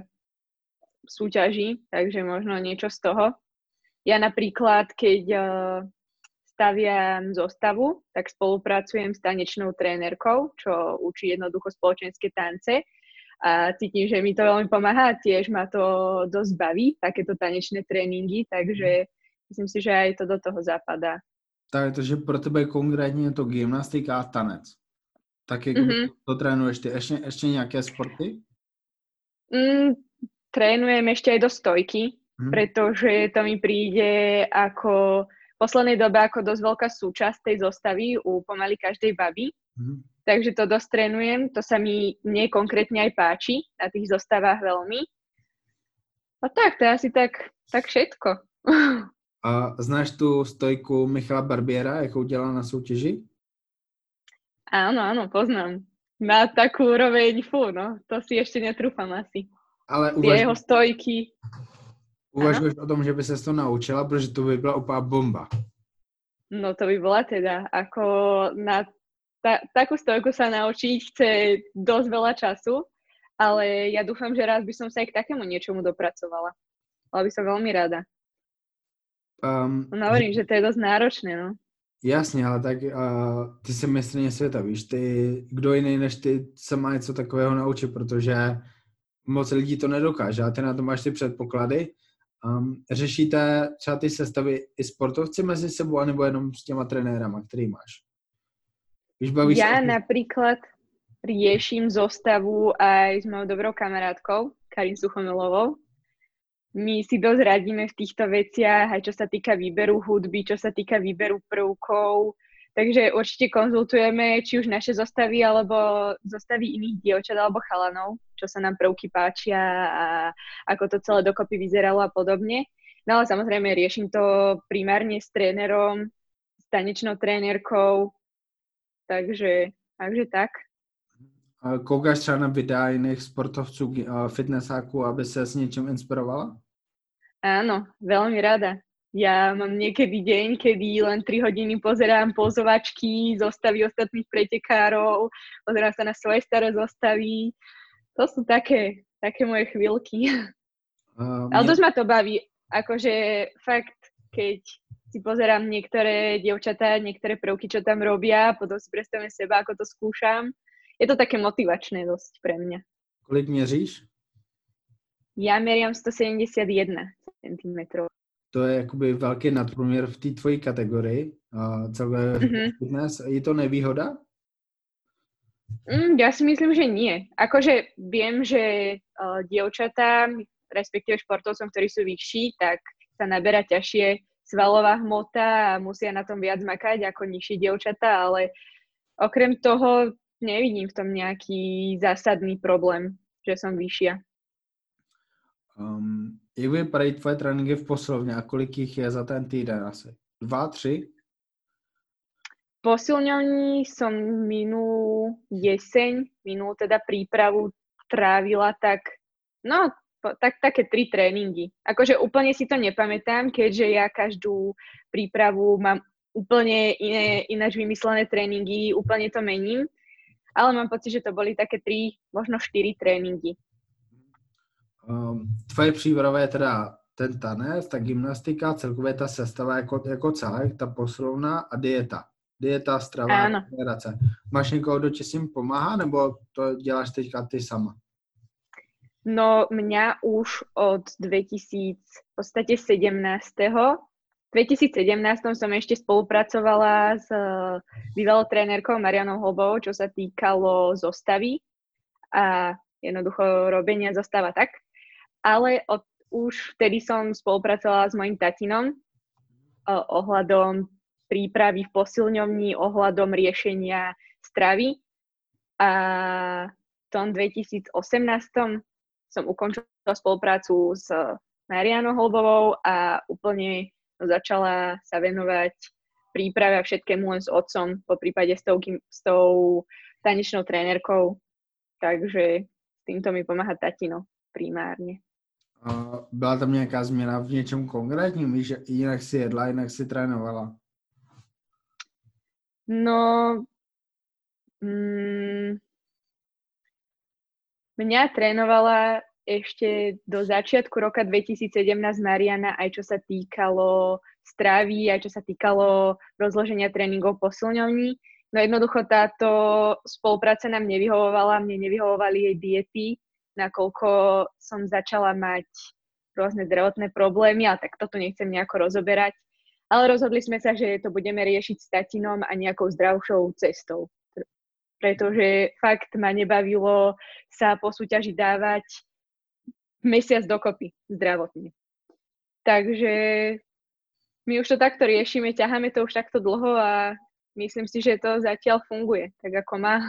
súťaží, takže možno niečo z toho. Ja napríklad, keď staviam zostavu, tak spolupracujem s tanečnou trénerkou, čo učí jednoducho spoločenské tance. A cítim, že mi to veľmi pomáha a tiež ma to dosť baví, takéto tanečné tréninky, takže myslím si, že aj to do toho zapadá. Takže pro tebe konkrétně je to gymnastika a tanec. Tak jak to trénuješ ty? Ještě nějaké sporty? Trénujem ešte aj do stojky, pretože to mi príde ako v poslednej dobe ako dosť veľká súčasť tej zostavy u pomaly každej baby. Takže to dosť trénujem, to sa mi mne konkrétne aj páči na tých zostavách veľmi. A tak, to je asi tak všetko. A znáš tu stojku Michala Barbiera, jakou dělal na soutěži? Áno, poznám. Má takú úroveň, to si ešte netrúfam asi. Ale jeho stojky. Uvažuješ o tom, že by ses to naučila, protože to by byla úplná bomba. No to by bola teda, ako na takú stojku sa naučiť chce dosť veľa času, ale ja dúfam, že raz by som sa aj k takému niečomu dopracovala. Ale by som veľmi rada. Hovorím, že to je dosť náročné, no. Jasně, ale tak ty jsi mistryně světa, víš, kdo jiný než ty se má něco takového naučit, protože moc lidí to nedokáže a ty na to máš ty předpoklady. Řešíte třeba ty sestavy i sportovci mezi sebou, anebo jenom s těma trenérama, který máš? Ja napríklad riešim zostavu aj s mojou dobrou kamarátkou, Karin Suchomilovou. My si dosť radíme v týchto veciach, aj čo sa týka výberu hudby, čo sa týka výberu prvkov. Takže určite konzultujeme či už naše zostavy, alebo zostavy iných dievčat alebo chalanov, čo sa nám prvky páčia a ako to celé dokopy vyzeralo a podobne. No ale samozrejme riešim to primárne s trénerom, s tanečnou trénerkou, takže tak. Koukáš třeba na videa jiných sportovců, fitnessáků, aby se s něčím inspirovala? Áno, veľmi rada. Ja mám niekedy deň, kedy len 3 hodiny pozerám pozovačky, zostavy ostatných pretekárov, pozerám sa na svoje staré zostavy. To sú také moje chvíľky. Ale dosť ma to baví. Akože fakt, keď si pozerám niektoré dievčatá, niektoré prvky, čo tam robia, potom si predstavím seba, ako to skúšam. Je to také motivačné dosť pre mňa. Kolik měříš? Ja meriam 171 cm. To je jakoby velký nadprůměr v té tvojí kategorii. Celé fitness. Je to nevýhoda? Ja si myslím, že nie. Akože viem, že dievčatá, respektíve športovcom, ktorí sú vyšší, tak sa naberá ťažšie svalová hmota a musia na tom viac makať ako nižšie dievčatá, ale okrem toho nevidím v tom nejaký zásadný problém, že som vyššia. Jak vypadají tvoje tréninky v posilovně a kolik jich je za ten týden asi? 2, 3? V posilňovni som minulú teda prípravu trávila také 3 tréningy. Akože úplne si to nepamätám, keďže ja každú prípravu mám úplne ináč vymyslené tréningy, úplne to mením, ale mám pocit, že to boli také 3, možno 4 tréninky. Tvoje příprava je teda ten tanec, ta gymnastika, celkově ta sestava jako celek, ta posilovna a dieta. Dieta, strava, regenerace. Máš někoho, kdo ti s tím pomáhá, nebo to děláš teďka ty sama? No mňa už od 2017. som ešte spolupracovala s bývalou trénerkou Marianou Holbovou, čo sa týkalo zostavy a jednoducho robenia zostava tak. Ale už vtedy som spolupracovala s mojím tatinom ohľadom prípravy v posilňovni, ohľadom riešenia stravy. A v tom 2018 som ukončila spoluprácu s Marianou Holbovou a úplne začala sa venovať príprave a všetkému len s otcom, po prípade s tou tanečnou trénerkou. Takže s týmto mi pomáha tatino primárne. Byla tam nějaká změna v něčem konkrétním? Víš, jinak si jedla, jinak si trénovala? No, mňa trénovala ešte do začiatku roka 2017 Mariana, aj čo sa týkalo stravy, aj čo sa týkalo rozloženia tréningov posilňovní. No jednoducho táto spolupráca nám nevyhovovala, mne nevyhovovali jej diety, nakoľko som začala mať rôzne zdravotné problémy, a tak toto nechcem nejako rozoberať. Ale rozhodli sme sa, že to budeme riešiť s tatinom a nejakou zdravšou cestou. Pretože fakt ma nebavilo sa po súťaži dávať mesiac dokopy zdravotne. Takže my už to takto riešime, ťaháme to už takto dlho a myslím si, že to zatiaľ funguje, tak ako má.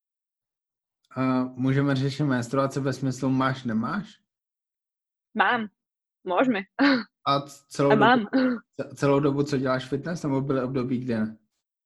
Můžeme řešit menstruace ve smyslu máš, nemáš? Mám, môžeme. A celou dobu, co děláš fitness, nebo byly období, kde ne?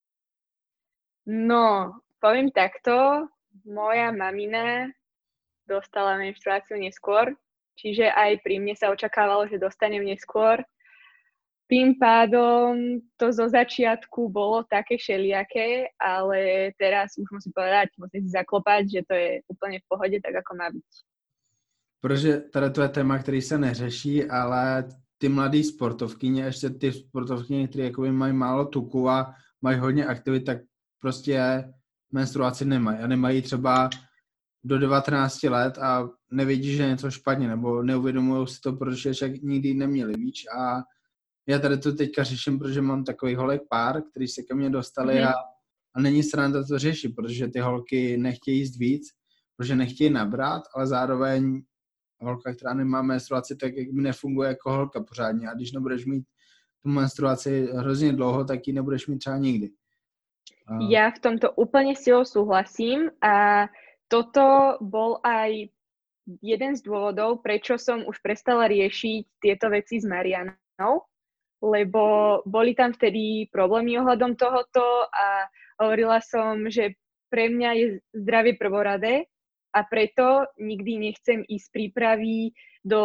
No, poviem takto, moja mamina dostala menštruáciu neskôr, čiže aj pri mne sa očakávalo, že dostanem neskôr. Tým pádom to zo začiatku bolo také všelijaké, ale teraz už musím povedať, musím si zaklopať, že to je úplne v pohode, tak ako má byť. Protože tady to je téma, který se neřeší, ale ty mladý sportovkyně, ještě ty sportovkyně, které jakoby mají málo tuku a mají hodně aktivit, tak prostě menstruaci nemají. A nemají třeba do 19 let a nevědí, že je něco špatně, nebo neuvědomují si to, protože však nikdy neměli, víš. A já tady to teďka řeším, protože mám takový holek pár, který se ke mně dostali a není sranda to řešit, protože ty holky nechtějí jíst víc, protože nechtějí nabrat, ale zároveň holka, která nemá menstruaci, tak jak mi nefunguje jako holka pořádně. A když nebudeš mít tu menstruaci hrozně dlouho, tak ji nebudeš mít třeba nikdy. Ja v tomto úplne s tebou súhlasím a toto bol aj jeden z dôvodov, prečo som už prestala riešiť tieto veci s Marianou, lebo boli tam vtedy problémy ohľadom tohoto a hovorila som, že pre mňa je zdravie prvoradé a preto nikdy nechcem ísť prípravy do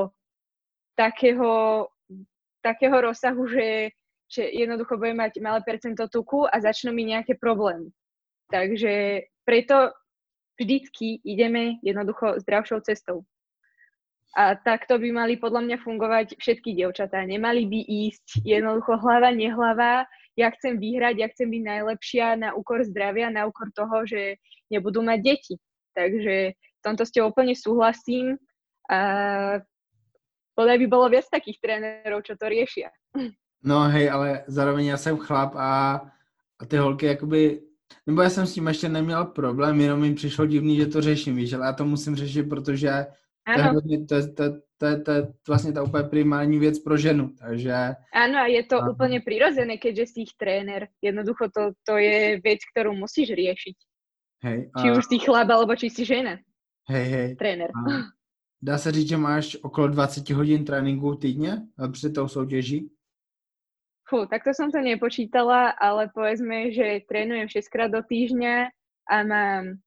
takého rozsahu, že jednoducho budem mať malé percento tuku a začnú mi nejaké problémy. Takže preto vždycky ideme jednoducho zdravšou cestou. A takto by mali podľa mňa fungovať všetky dievčatá. Nemali by ísť jednoducho hlava, nehlava. Ja chcem vyhrať, ja chcem byť najlepšia na úkor zdravia, na úkor toho, že nebudú mať deti. Takže v tomto s tebou úplne súhlasím. A podľa by bolo viac takých trénerov, čo to riešia. No hej, ale zároveň já jsem chlap a ty holky jakoby, nebo já jsem s tím ještě neměl problém, jenom mi přišlo divný, že to řeším, víš, ale já to musím řešit, protože to je vlastně ta úplně primární věc pro ženu, takže... Áno, a je to úplne prirodzené, keďže si ich tréner. Jednoducho to je vec, ktorú musíš riešiť. Hej. Či už si chlap, alebo či si žena. Hej. Tréner. Dá se říct, že máš okolo 20 hodin tréninku týdně před tou soutěží? Takto som to nepočítala, ale povedzme, že trénujem 6-krát do týždňa a mám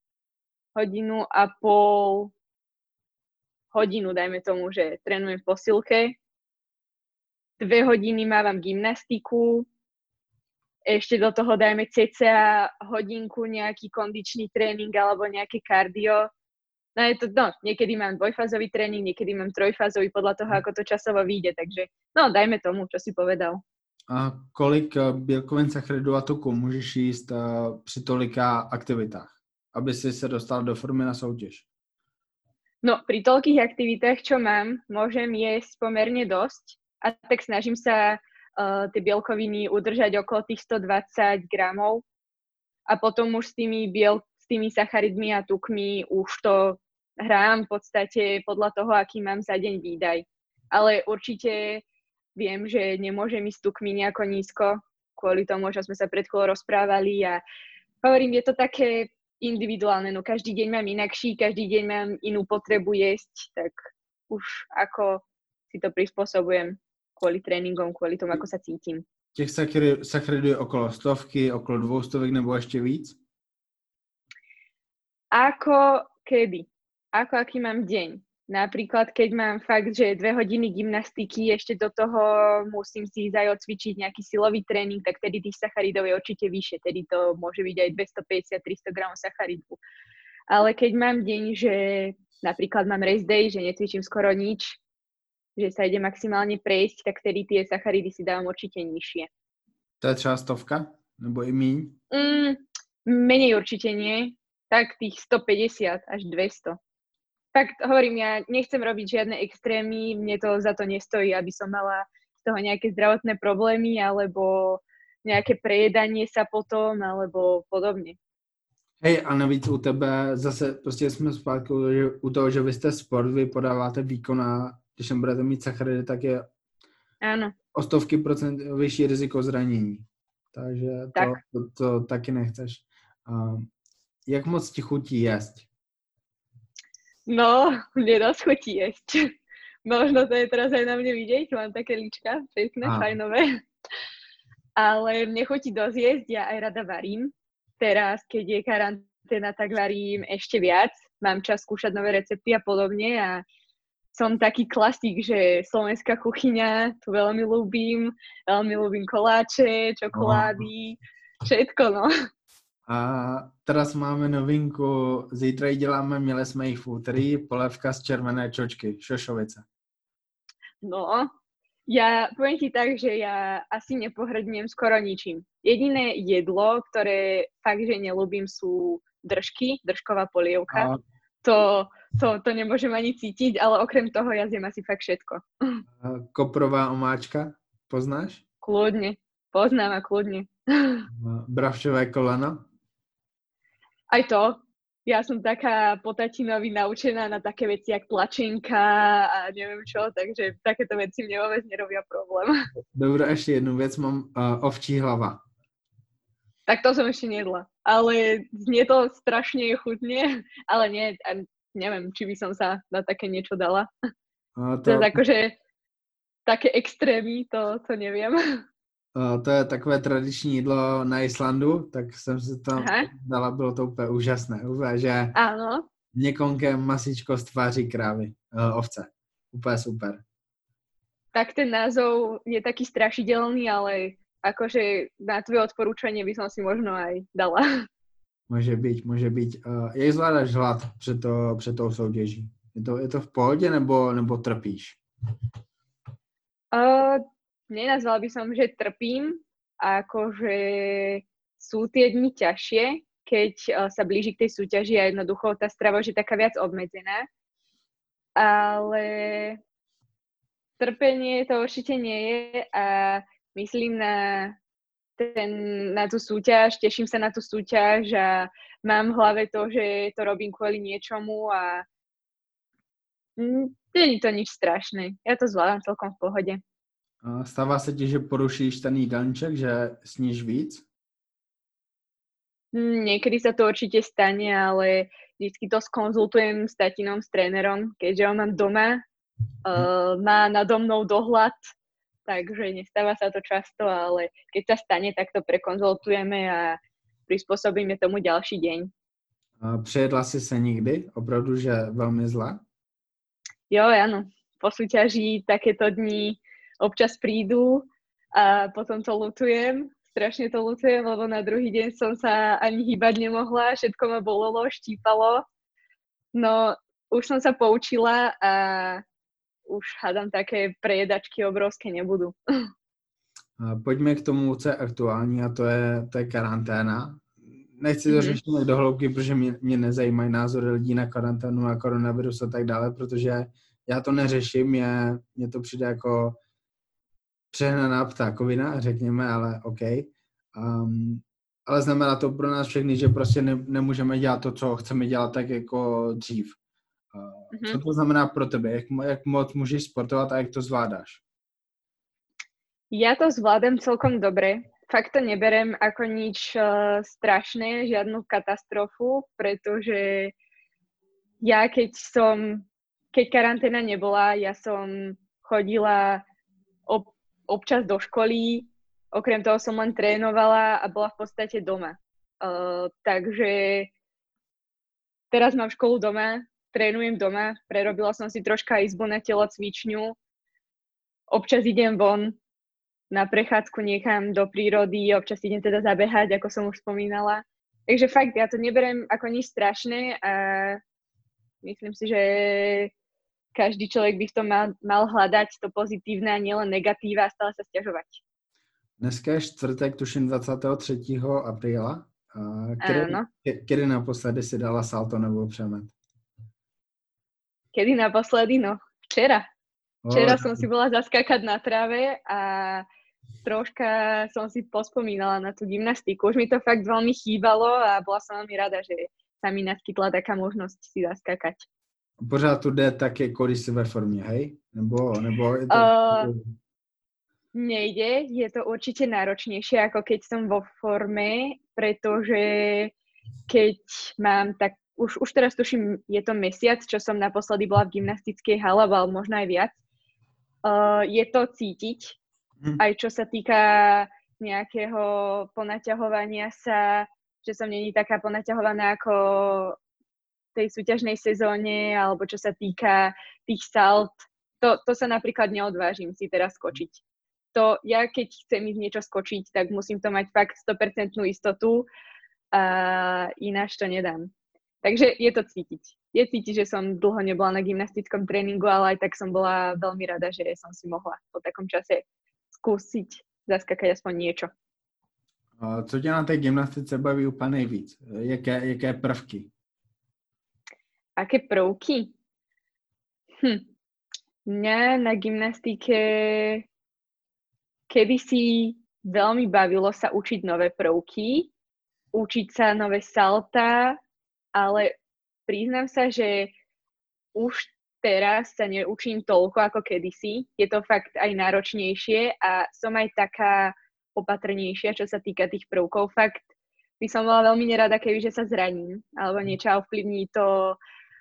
hodinu, dajme tomu, že trénujem v posilke. 2 hodiny mávam gymnastiku, ešte do toho dajme cca hodinku nejaký kondičný tréning alebo nejaké kardio. No je to, niekedy mám dvojfázový tréning, niekedy mám trojfázový podľa toho, ako to časovo vyjde, takže dajme tomu, čo si povedal. A kolik bílkovin, sacharidů a tuku můžeš jíst při tolika aktivitách, aby si se dostal do formy na soutěž? No, pri toľkých aktivitách, čo mám, môžem jesť pomerne dosť a tak snažím sa tie bielkoviny udržať okolo tých 120 gramov a potom už s tými sacharidmi a tukmi už to hrám v podstate podľa toho, aký mám za deň výdaj. Ale určite viem, že nemôžem ísť tukmi nejako nízko, kvôli tomu, čo sme sa pred chvíľou rozprávali a hovorím, je to také individuálne, no každý deň mám inakší, každý deň mám inú potrebu jesť, tak už ako si to prispôsobujem kvôli tréningom, kvôli tomu, ako sa cítim. Těch sacharidů je okolo 100, okolo 200 nebo ještě víc? Ako kedy? Ako aký mám deň? Napríklad, keď mám fakt, že 2 hodiny gymnastiky, ešte do toho musím si ísť aj odcvičiť nejaký silový tréning, tak tedy tých sacharidov je určite vyššie, tedy to môže byť aj 250-300 gramov sacharidu. Ale keď mám deň, že napríklad mám race day, že necvičím skoro nič, že sa ide maximálne prejsť, tak vtedy tie sacharidy si dávam určite nižšie. To je třeba 100? Nebo i míň? Menej určite nie. Tak tých 150 až 200. Tak hovorím, ja nechcem robiť žiadne extrémy, mne to za to nestojí, aby som mala z toho nejaké zdravotné problémy alebo nejaké prejedanie sa potom alebo podobne. Hej, a navíc u tebe zase prostě jsme zpátky u toho, že vy jste sport, vy podáváte výkon a když nebudete mít sacharidy, tak je Áno. o 100% vyšší riziko zranění. Takže to taky nechceš. Jak moc ti chutí jíst? No, mne dosť chutí jesť. Možno to je teraz aj na mne vidieť, mám také líčka, pekné, fajnové. Ale mne chutí dosť jesť, ja aj rada varím. Teraz, keď je karanténa, tak varím ešte viac. Mám čas skúšať nové recepty a podobne a som taký klasík, že slovenská kuchyňa, tu veľmi ľúbim koláče, čokolády, všetko, no. A teraz máme novinku, zítra ji děláme, měli jsme ji v úterý, polévka z červené čočky, šošovice. No, ja poviem ti tak, že ja asi nepohrdnem skoro ničím. Jediné jedlo, ktoré fakt, že nelúbim, sú držková polievka. To nemôžem ani cítiť, ale okrem toho ja zjem asi fakt všetko. Koprová omáčka, poznáš? Kľudne, poznám a kľudne. Bravčové koleno? Aj to. Ja som taká po tatinovi naučená na také veci, jak tlačenka a neviem čo, takže takéto veci mne vôbec nerobia problém. Dobre, ešte jednu vec, mám ovčí hlava. Tak to som ešte nejedla, ale znie to strašne chutne, ale nie, neviem, či by som sa na také niečo dala. To je akože také extrémy, to neviem. To je takové tradiční jídlo na Islandu, tak jsem si to dala, bylo to úplně úžasné. Úplně, že měkonké masičko z tváří krávy, ovce. Úplně super. Tak ten názov je taký strašidelný, ale akože na tvoje odporúčanie by som si možno aj dala. Může být. Jak zvládáš hlad před tou soutěží? Je to v pohodě nebo trpíš? Nenazvala by som, že trpím, akože sú tie dni ťažšie, keď sa blíži k tej súťaži a jednoducho tá strava už je taká viac obmedzená. Ale trpenie to určite nie je a myslím na tú súťaž, teším sa na tú súťaž a mám v hlave to, že to robím kvôli niečomu a nie je to nič strašné. Ja to zvládam celkom v pohode. Stává se ti, že porušíš ten jídelníček, že sníš víc? Niekedy sa to určite stane, ale vždycky to skonzultujem s tatinom, s trénerom, keďže on mám doma, má nado mnou dohľad, takže nestáva sa to často, ale keď sa stane, tak to prekonzultujeme a prispôsobíme tomu ďalší deň. Přejedla si se nikdy? Opravdu, že velmi zle? Jo, áno. Po súťaži takéto dni občas prídu a potom to ľutujem. Strašne to ľutujem, lebo na druhý deň som sa ani hýbať nemohla. Všetko ma bolelo, štípalo. No, už som sa poučila a už hádam také prejedačky obrovské nebudú. Pojďme k tomu, co je aktuální, a to je karanténa. Nechci to řešit do hloubky, protože mě nezajímají názory lidí na karanténu, na koronavirus a tak dále, protože já to neřeším, mně to přijde jako přehnaná ptákovina, řekněme, ale OK. Ale znamená to pro nás všechny, že prostě nemůžeme dělat to, co chceme dělat tak jako dřív. Co to znamená pro tebe? Jak moc můžeš sportovat a jak to zvládáš? Ja to zvládam celkom dobre. Fakt to neberem ako nič strašné, žiadnu katastrofu, pretože ja keď karanténa nebola, ja som chodila občas do školy, okrem toho som len trénovala a bola v podstate doma. Takže teraz mám školu doma, trénujem doma, prerobila som si troška izbu na telocvičňu, občas idem von na prechádzku niekam do prírody, občas idem teda zabehať, ako som už spomínala. Takže fakt, ja to neberem ako nič strašné a Myslím si, že každý človek by v tom mal hľadať to pozitívne a nielen negatíva a stále sa sťažovať. Dneska je čtvrtek, tuším 23. apríla. Áno. Kedy naposledy si dala salto nebo přemet? Kedy naposledy? No, včera. Včera som si bola zaskákať na tráve a troška som si pospomínala na tú gymnastiku. Už mi to fakt veľmi chýbalo a bola som veľmi rada, že sa mi naskytla taká možnosť si zaskákať. Pořád tu jde tak, jako když jsi ve formě, hej? Nebo je to... Nejde, je to určite náročnejšie, ako keď som vo forme, pretože keď mám tak, už teraz tuším, je to mesiac, čo som naposledy bola v gymnastickej hale, alebo možno aj viac. Je to cítiť, aj čo sa týka nejakého ponaťahovania sa, že som není taká ponaťahovaná ako v tej súťažnej sezóne, alebo čo sa týka tých salt. To sa napríklad neodvážim si teraz skočiť. To ja, keď chcem ísť niečo skočiť, tak musím to mať fakt 100% istotu a ináč to nedám. Takže je to cítiť. Je cítiť, že som dlho nebola na gymnastickom tréningu, ale aj tak som bola veľmi rada, že som si mohla po takom čase skúsiť zaskakať aspoň niečo. Co tě na té gymnastice baví úplně nejvíc? Jaké prvky? Aké prvky? Mňa na gymnastike kedysi veľmi bavilo sa učiť nové prvky, učiť sa nové salta, ale priznám sa, že už teraz sa neučím toľko ako kedysi. Je to fakt aj náročnejšie a som aj taká opatrnejšia, čo sa týka tých prvkov. Fakt by som bola veľmi nerada, kebyže sa zraním alebo niečo ovplyvní to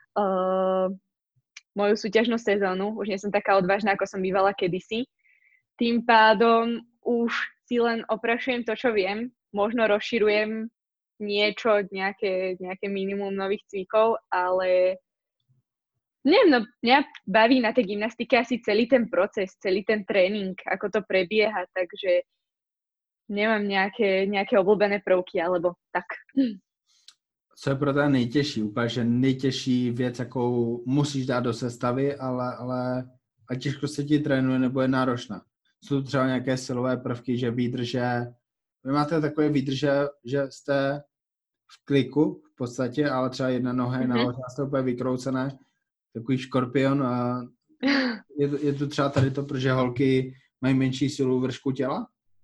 moju súťažnú sezónu. Už nie som taká odvážna, ako som bývala kedysi. Tým pádom už si len oprašujem to, čo viem. Možno rozširujem niečo, nejaké minimum nových cvikov, ale neviem, no mňa baví na tej gymnastike asi celý ten proces, celý ten tréning, ako to prebieha, takže nemám nejaké obľúbené prvky, alebo tak. Co je pro tebe nejtěžší? Úplně, že nejtěžší věc, jakou musíš dát do sestavy, ale těžko se ti trénuje nebo je náročná. Jsou třeba nějaké silové prvky, že výdrže, vy máte takové výdrže, že jste v kliku v podstatě, ale třeba jedna noha je nahoře a jste úplně vykroucené, takový škorpion. A je to třeba tady to, protože holky mají menší silu vršku těla?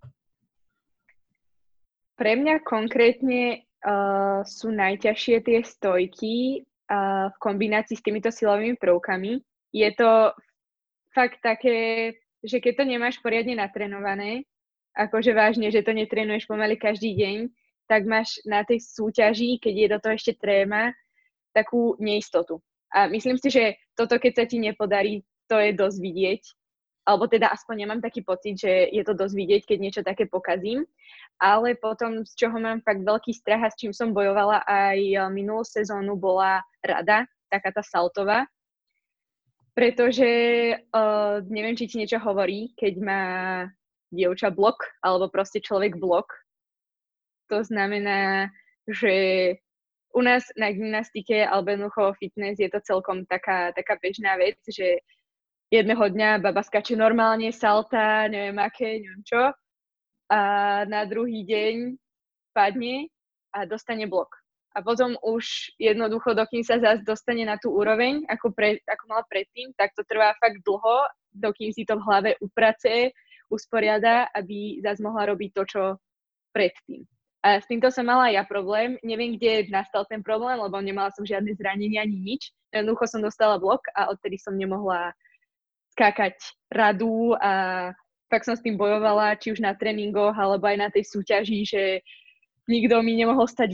Pre mňa konkrétne sú najťažšie tie stojky v kombinácii s týmito silovými prvkami. Je to fakt také, že keď to nemáš poriadne natrénované, akože vážne, že to netrénuješ pomaly každý deň, tak máš na tej súťaži, keď je do toho ešte tréma, takú neistotu. A myslím si, že toto, keď sa ti nepodarí, to je dosť vidieť. Alebo teda aspoň nemám taký pocit, že je to dosť vidieť, keď niečo také pokazím. Ale potom, z čoho mám fakt veľký strach a s čím som bojovala aj minulú sezónu, bola rada, taká tá saltová. Pretože neviem, či ti niečo hovorí, keď má dievča blok, alebo proste človek blok. To znamená, že u nás na gymnastike alebo jednoducho fitness je to celkom taká bežná vec, že jedného dňa baba skáče normálne, salta, neviem aké, neviem čo. A na druhý deň padne a dostane blok. A potom už jednoducho, dokým sa zase dostane na tú úroveň, ako mala predtým, tak to trvá fakt dlho, dokým si to v hlave uprace, usporiada, aby zase mohla robiť to, čo predtým. A s týmto som mala ja problém. Neviem, kde nastal ten problém, lebo nemala som žiadne zranenia ani nič. Jednoducho som dostala blok a odtedy som nemohla skákať radu a fakt som s tým bojovala, či už na tréningoch, alebo aj na tej súťaži, že nikto mi nemohol stať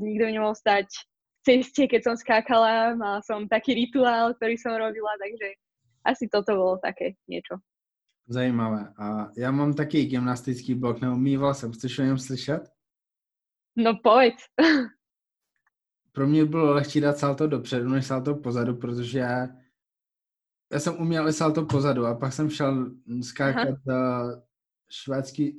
v ceste, keď som skákala. Mala som taký rituál, ktorý som robila, takže asi toto bolo také niečo. Zajímavé. A já mám taky gymnastický blok, neumýval jsem. Chceš o něm slyšet? No povedz. Pro mě bylo lehčí dát salto dopředu, než salto pozadu, protože já jsem uměl salto pozadu a pak jsem šel skákat švédský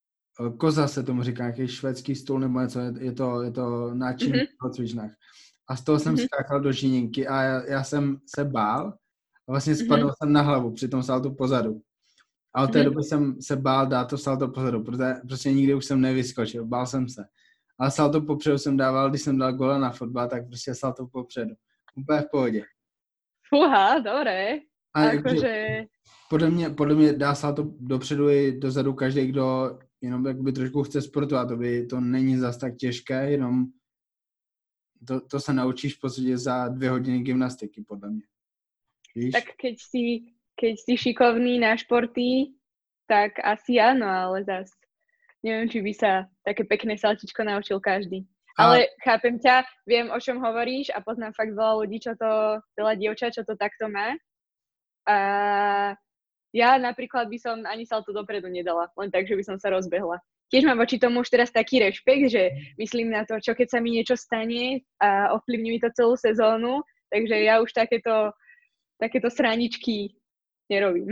koza se tomu říká, nějaký švédský stůl nebo něco, je to náčin v cvičnách. a z toho jsem skákal do žininky a já jsem se bál a vlastně spadl jsem na hlavu při tom saltu pozadu. A od té doby jsem se bál dát to salto pozadu, protože prostě nikdy už jsem nevyskočil, bál jsem se. Ale salto popředu jsem dával, když jsem dal gola na fotbal, tak prostě salto popředu. Úplně v pohodě. Fúha, dobré. A akože... Podle mě dá salto dopředu i dozadu každý, kdo jenom jakoby trošku chce sportovat. To není zas tak těžké, jenom to se naučíš v podstatě za 2 hodiny gymnastiky, podle mě. Víš? Tak keď si šikovný na športy, tak asi áno, ale zas neviem, či by sa také pekné saltičko naučil každý. Ale chápem ťa, viem, o čom hovoríš a poznám fakt veľa ľudí, veľa dievčat, čo to takto má. A ja napríklad by som ani salto dopredu nedala, len tak, že by som sa rozbehla. Tiež mám voči tomu už teraz taký rešpekt, že myslím na to, čo keď sa mi niečo stane a ovplyvní mi to celú sezónu, takže ja už takéto sráničky nerobím.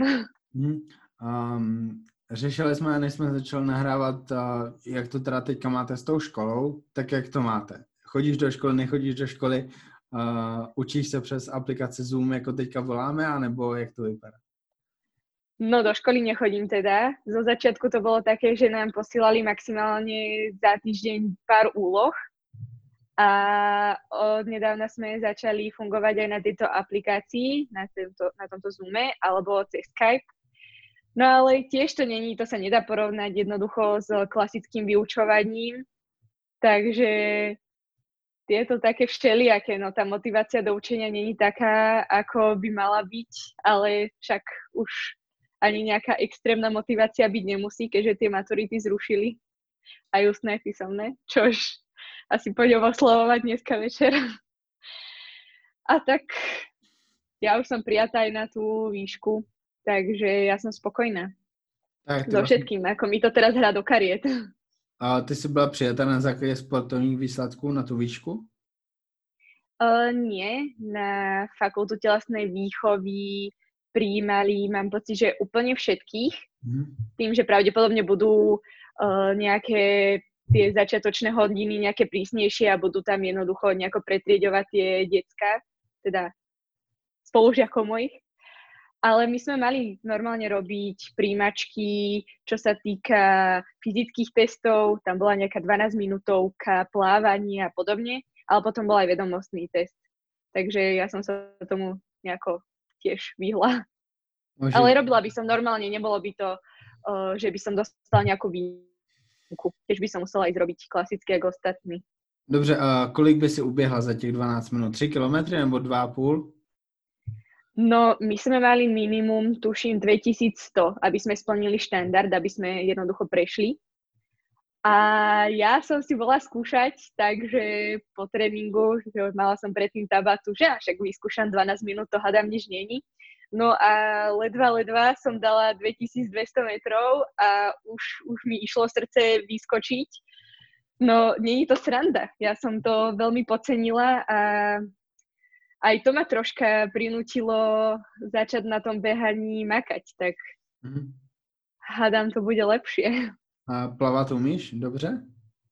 Řešili jsme, než jsme začali nahrávat, jak to teda teďka máte s tou školou, tak jak to máte? Chodíš do školy, nechodíš do školy, učíš se přes aplikaci Zoom, jako teďka voláme, anebo jak to vypadá? No do školy nechodím teda. Zo začiatku to bolo také, že nám posílali maximálne za týždeň pár úloh a od nedávna sme začali fungovať aj na tejto aplikácii, na tomto Zoome alebo cez Skype. No ale tiež to sa nedá porovnať jednoducho s klasickým vyučovaním, takže je to také všelijaké, no tá motivácia do učenia není taká, ako by mala byť, ale však už ani nejaká extrémna motivácia byť nemusí, keďže tie maturity zrušili aj ústne aj písomné, čož asi pôjdem oslavovať dneska večer. A tak ja už som prijatá aj na tú výšku, takže ja som spokojná. Tak so všetkým, ako mi to teraz hrá do kariet. A ty si byla přijatá na základě sportovních výsledků na tu výšku? Nie, na fakultu telesnej výchovy prijímali, mám pocit, že úplne všetkých. Tým, že pravdepodobne budú nejaké tie začiatočné hodiny nejaké prísnejšie a budú tam jednoducho nejako pretriedovať tie decká, teda spolužiakov mojich. Ale my sme mali normálne robiť príjmačky, čo sa týka fyzických testov, tam bola nejaká 12-minútovka, plávanie a podobne, ale potom bol aj vedomostný test. Takže ja som sa tomu nejako tiež vyhla. Ale robila by som normálne, nebolo by to, že by som dostala nejakú výnimku. Tiež by som musela ísť robiť klasicky ako ostatní. Dobře, a kolik by si uběhla za těch 12 minut? 3 kilometry nebo 2,5? No, my sme mali minimum, tuším, 2100, aby sme splnili štandard, aby sme jednoducho prešli. A ja som si bola skúšať, takže po tréningu, že mala som predtým tabatu, že však vyskúšam 12 minút, to hádam nič není. No a ledva som dala 2200 metrov a už mi išlo srdce vyskočiť. No, nie je to sranda. Ja som to veľmi podcenila a aj to ma troška prinútilo začať na tom behaní makať, tak hádam, to bude lepšie. A plavat umíš dobře?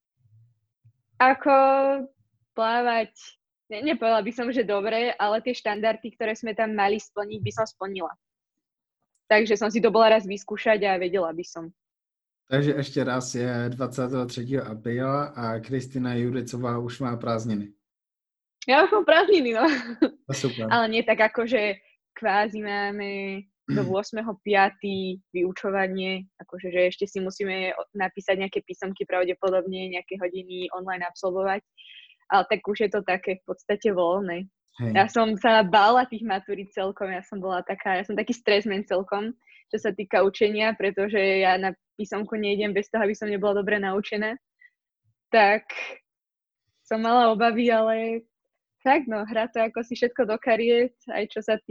Ako plávať, nepovedala by som, že dobre, ale tie štandardy, ktoré sme tam mali splniť, by som splnila. Takže som si to bola raz vyskúšať a vedela by som. Takže ešte raz je 23. apríla a Kristina Juricová už má prázdniny. Ja už mám prázdniny, no. Super. Ale nie tak ako, že kvázi máme do 8.5. vyučovanie, akože že ešte si musíme napísať nejaké písomky pravdepodobne, nejaké hodiny online absolvovať, ale tak už je to také v podstate voľné. Hej. Ja som sa bála tých maturít celkom, ja som taký stresmen celkom, čo sa týka učenia, pretože ja na písomku nejdem bez toho, aby som nebola dobre naučená. Tak som mala obavy, ale tak no, hrá to ako si všetko do kariet, aj čo sa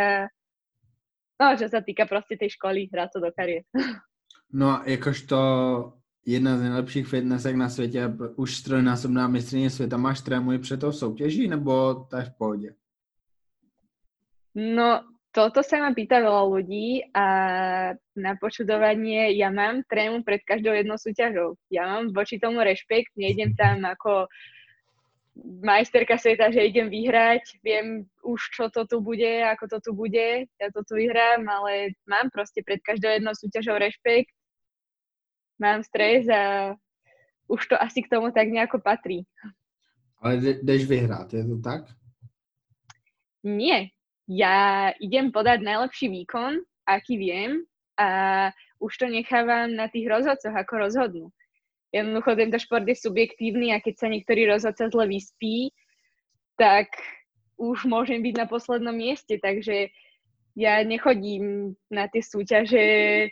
týka proste tej školy, hrá to do kariet. No a jakožto jedna z nejlepších fitnessek na světě, už trojnásobná mistryně světa, máš trémuji před tou soutěží, nebo to je v pohodě? No, toto sa ma pýta veľa ľudí a na počudovanie ja mám trému pred každou jednou súťažou. Ja mám voči tomu rešpekt, nejdem tam ako majsterka sveta, že idem vyhrať, viem už, čo to tu bude, ako to tu bude, ja to tu vyhrám, ale mám proste pred každou jednou súťažou rešpekt, mám stres a už to asi k tomu tak nejako patrí. Ale jdeš vyhrát, je to tak? Nie, ja idem podať najlepší výkon, aký viem a už to nechávam na tých rozhodcoch, ako rozhodnú. Jednoducho tento šport je subjektívny a keď sa niektorý rozhodca zle vyspí, tak už môžem byť na poslednom mieste, takže ja nechodím na tie súťaže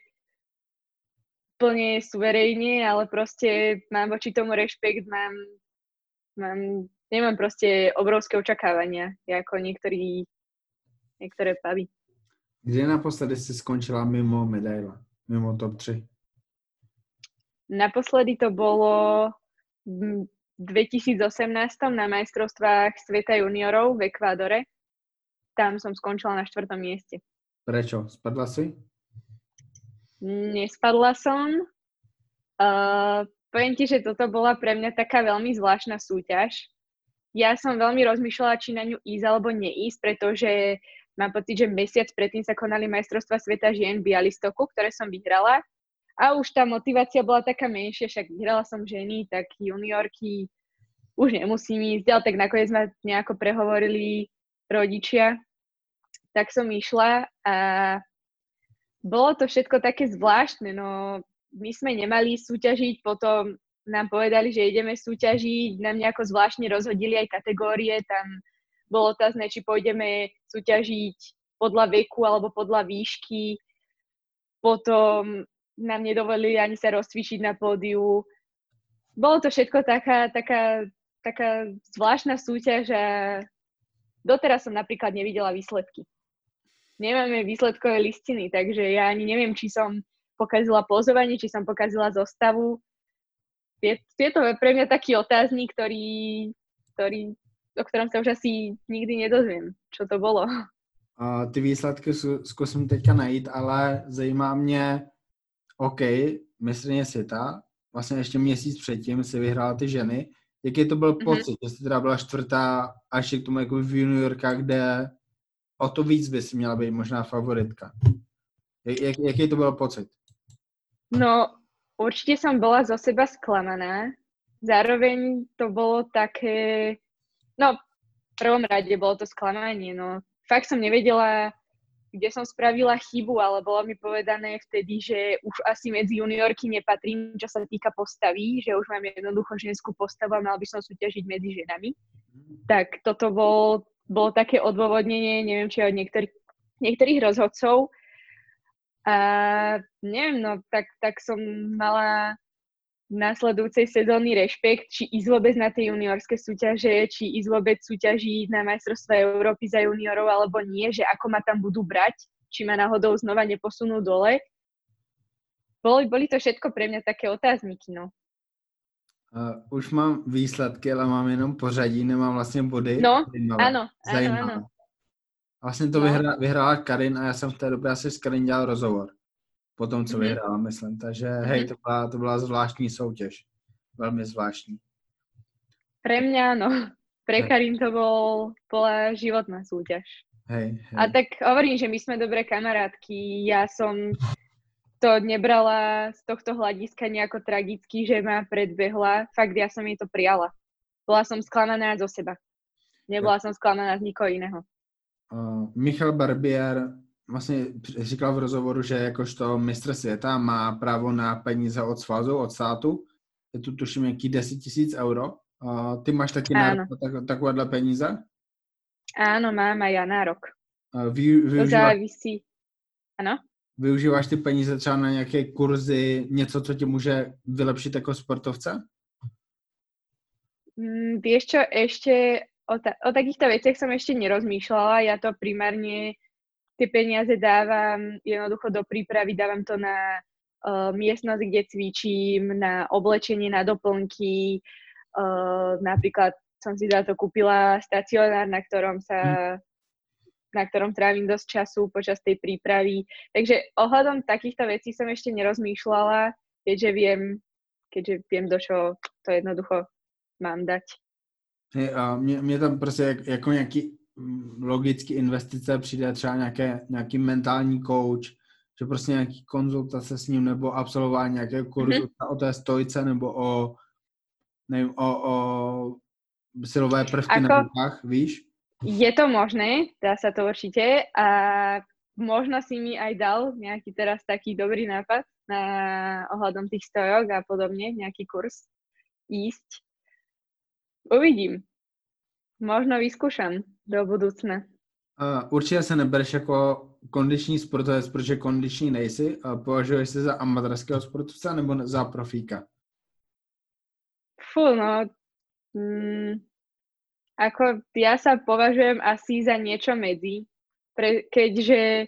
plne suverejne, ale proste mám voči tomu rešpekt, nemám proste obrovské očakávania, ako niektoré pavy. Kde naposledy si skončila mimo medaile, mimo top 3? Naposledy to bolo v 2018 na majstrovstvách sveta juniorov v Ekvádore. Tam som skončila na 4. mieste. Prečo? Spadla si? Nespadla som. Poviem ti, že toto bola pre mňa taká veľmi zvláštna súťaž. Ja som veľmi rozmýšľala, či na ňu ísť alebo neísť, pretože mám pocit, že mesiac predtým sa konali majstrovstvá sveta žien v Bialystoku, ktoré som vyhrala. A už tá motivácia bola taká menšia, však vyhrala som ženy, tak juniorky už nemusím ísť, ale tak nakoniec ma nejako prehovorili rodičia. Tak som išla a bolo to všetko také zvláštne, no my sme nemali súťažiť, potom nám povedali, že ideme súťažiť, nám nejako zvláštne rozhodili aj kategórie, tam bolo otázne, či pôjdeme súťažiť podľa veku alebo podľa výšky, potom nám nedovolili ani sa rozcvičiť na pódiu. Bolo to všetko taká zvláštna súťaž a doteraz som napríklad nevidela výsledky. Nemáme výsledkové listiny, takže ja ani neviem, či som pokazila pózovanie, či som pokazila zostavu. Je to pre mňa taký otáznik, o ktorom sa už asi nikdy nedozviem, čo to bolo. Ty výsledky zkusím teďka najít, ale zajímá mě, OK, mistryně světa, vlastně ještě měsíc předtím si vyhrála ty ženy. Jaký to byl pocit, že jsi teda byla 4. a ještě k tomu jako v juniorkách, kde o to víc by si měla být možná favoritka. Jaký to byl pocit? No, určite som bola zo seba sklamaná. Zároveň to bolo také, no v prvom rade bolo to sklamanie, no fakt som nevedela, kde som spravila chybu, ale bolo mi povedané vtedy, že už asi medzi juniorky nepatrím, čo sa týka postavy, že už mám jednoducho ženskú postavu a mal by som súťažiť medzi ženami. Tak toto bolo také odôvodnenie, neviem, či od niektorých rozhodcov. A neviem, no tak som mala v následujúcej sezóny rešpekt, či ísť vôbec na tie juniorské súťaže, či ísť vôbec súťažiť na majstrovstvá Európy za juniorov, alebo nie, že ako ma tam budú brať, či ma náhodou znova neposunú dole. Boli to všetko pre mňa také otázniky, no. Už mám výsledky, ale mám jenom pořadí, nemám vlastně body. No, Zajímavé. áno. Vlastně to vyhrála Karin a já jsem v té době asi s Karin dělal rozhovor. Po tom, co vyhrála, myslím. Takže hej, to byla zvláštní soutěž. Velmi zvláštní. Pre mňa áno. Pre Karin to bola životná súťaž. Hej. A tak hovorím, že my sme dobré kamarátky. Ja som to nebrala z tohto hľadiska nejako tragicky, že ma predbehla. Fakt, ja som jej to prijala. Bola som sklamaná zo seba. Nebola som sklamaná z nikoho iného. Michal Barbier vlastně říkal v rozhovoru, že jakožto mistr světa má právo na peníze od svazu, od státu. Je tu tuším jaký 10 000 euro. Ty máš taky nárok na takovéhle peníze? Áno, mám aj ja nárok. To závisí. Ano? Využíváš ty peníze třeba na nějaké kurzy, něco, co ti může vylepšit jako sportovce? Vieš čo, ešte o takýchto veciach som ešte nerozmýšľala. Ja to primárne tie peniaze dávam jednoducho do prípravy, dávam to na miestnosť, kde cvičím, na oblečenie, na doplnky. Napríklad som si za to kúpila stacionár, na ktorom trávim dosť času počas tej prípravy. Takže ohľadom takýchto vecí som ešte nerozmýšľala, keďže viem, do čo to jednoducho mám dať. A mě tam prostě jako nějaký logický investice přijde třeba nějaký mentální coach, že prostě nějaký konzultace s ním nebo absolvování nějakého kurzu o té stojce nebo nevím, o silové prvky na Ako, rukách, víš? je to možné, dá sa to určite a možno si mi aj dal nejaký teraz taký dobrý nápad na ohľadom tých stojok a podobne, nejaký kurz ísť. Uvidím. Možno vyskúšam do budúcna. Určitě se nebereš jako kondiční sportovec, protože kondiční nejsi. Považuješ se za amatérského sportovce nebo za profíka? Fú, no, ako ja sa považujem asi za niečo medzi, keďže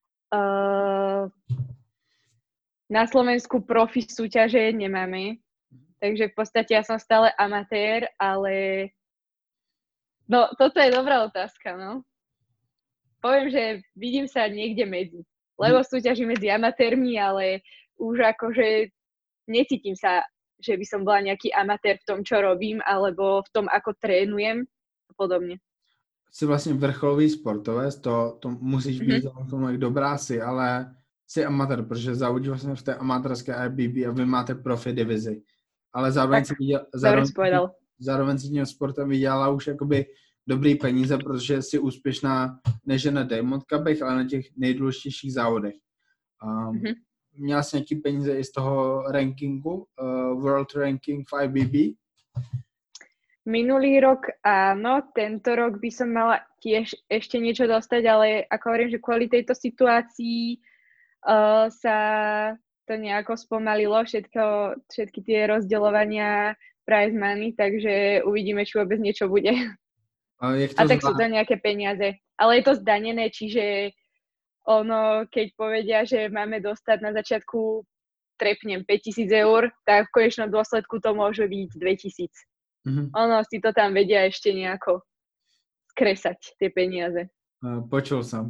na Slovensku profi súťaže nemáme, takže v podstate ja som stále amatér, ale no, toto je dobrá otázka, no. Poviem, že vidím sa niekde medzi, lebo súťažím medzi amatérmi, ale už akože necítim sa, že by som bola nejaký amatér v tom, čo robím, alebo v tom, ako trénujem a podobne. Jsi vlastně vrcholový sportovec, to musíš být v tom, jak dobrá si, ale jsi amatér, protože závodíš vlastně v té amatérské IBB a vy máte profi divizi. Ale zároveň si tím sportem vydělala už jakoby dobrý peníze, protože jsi úspěšná než na Diamond Cupech, ale na těch nejdůležitějších závodech. Měla jsi nějaký peníze i z toho rankingu, World Ranking 5 IBB? Minulý rok áno, tento rok by som mala tiež ešte niečo dostať, ale ako hovorím, že kvôli tejto situácii sa to nejako spomalilo, všetky tie rozdeľovania prize money, takže uvidíme, či vôbec niečo bude. A tak sú to nejaké peniaze. Ale je to zdanené, čiže ono, keď povedia, že máme dostať na začiatku trepnem 5,000 eur, tak v konečnom dôsledku to môže byť 2,000. Ono si to tam vedia ešte nejako skresať, tie peniaze. Počul som.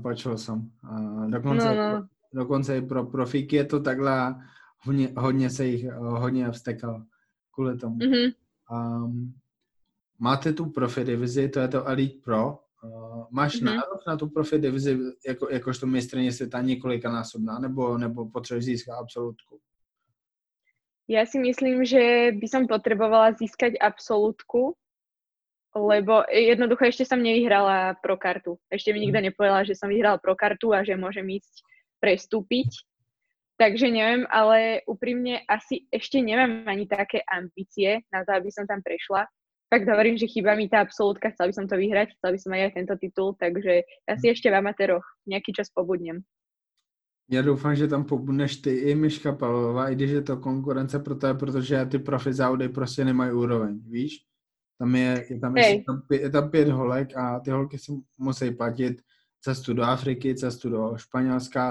Dokonce i pro profíky je to takhle, hodně se jich vstekalo kvůli tomu. Máte tu profi divizi, to je to Elite Pro. Máš nárok na tu profi divizi jakožto mistryně světa několikanásobná, nebo potřebuješ získat absolutku? Ja si myslím, že by som potrebovala získať absolútku, lebo jednoducho ešte som nevyhrala pro kartu. Ešte mi nikto nepovedal, že som vyhrala pro kartu a že môžem ísť prestúpiť. Takže neviem, ale úprimne asi ešte nemám ani také ambície na to, aby som tam prešla. Fakt hovorím, že chýba mi tá absolútka, chcela by som to vyhrať, chcela by som aj tento titul, takže asi ešte v amatéroch nejaký čas pobudnem. Já doufám, že tam pobudneš ty i Miška Pavlová, i když je to konkurence pro tebe, protože ty profi závody prostě nemají úroveň, víš? Je tam 5 holek a ty holky si musí platit cestu do Afriky, cestu do Španělska,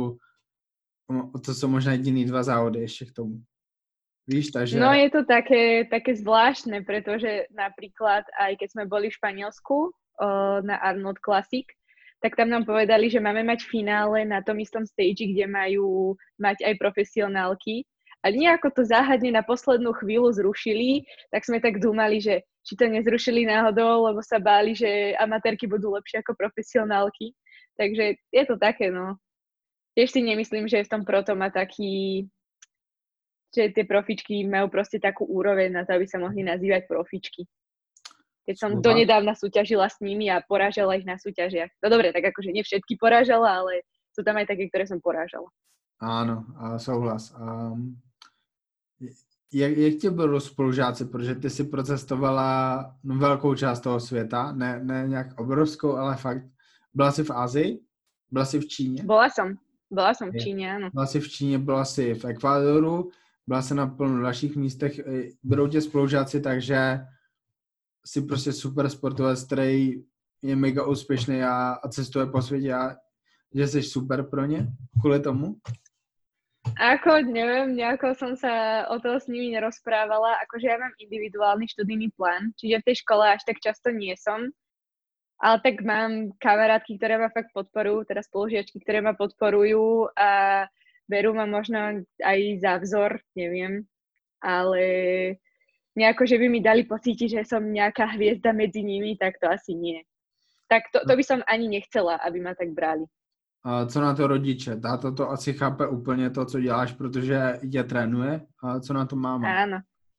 to jsou možná jediný 2 závody ještě k tomu. Víš, takže... No je to také zvláštne, pretože napríklad aj keď sme boli v Španielsku na Arnold Classic, tak tam nám povedali, že máme mať finále na tom istom stage, kde majú mať aj profesionálky. A nejako to záhadne na poslednú chvíľu zrušili, tak sme tak dúmali, že či to nezrušili náhodou, lebo sa báli, že amatérky budú lepšie ako profesionálky. Takže je to také, no. Tiež si nemyslím, že v tom proto má taký, že tie profičky majú proste takú úroveň na to, aby sa mohli nazývať profičky. Keď som donedávna súťažila s nimi a porážala ich na súťažiach. No dobre, tak akože nie všetky porážala, ale sú tam aj také, ktoré som porážala. Áno, souhlas. Jak tě bylo spolužáci, protože ty si procestovala velkou část toho světa, ne nějak obrovskou, ale fakt. Byla jsi v Asii? Byla jsi v Číně? Bola som v Číně, áno. Byla jsi v Číně, byla jsi v Ekvádoru, byla jsi na plno dalších místech. Berou tě spolužáci, takže jsi prostě super sportovec, který je mega úspěšný a cestuje po světě a že jsi super pro ně kvůli tomu? Ako, neviem, nejako som sa o toho s nimi nerozprávala, akože ja mám individuálny študijný plán, čiže v tej škole až tak často nie som, ale tak mám kamarátky, ktoré ma fakt podporujú, teda spolužiačky, ktoré ma podporujú a berú ma možno aj za vzor, neviem, ale nejako, že by mi dali pocítiť, že som nejaká hviezda medzi nimi, tak to asi nie. Tak to by som ani nechcela, aby ma tak brali. A co na to rodiče? Táta to asi chápe úplně to, co děláš, protože tě trénuje. A co na to máma? Áno.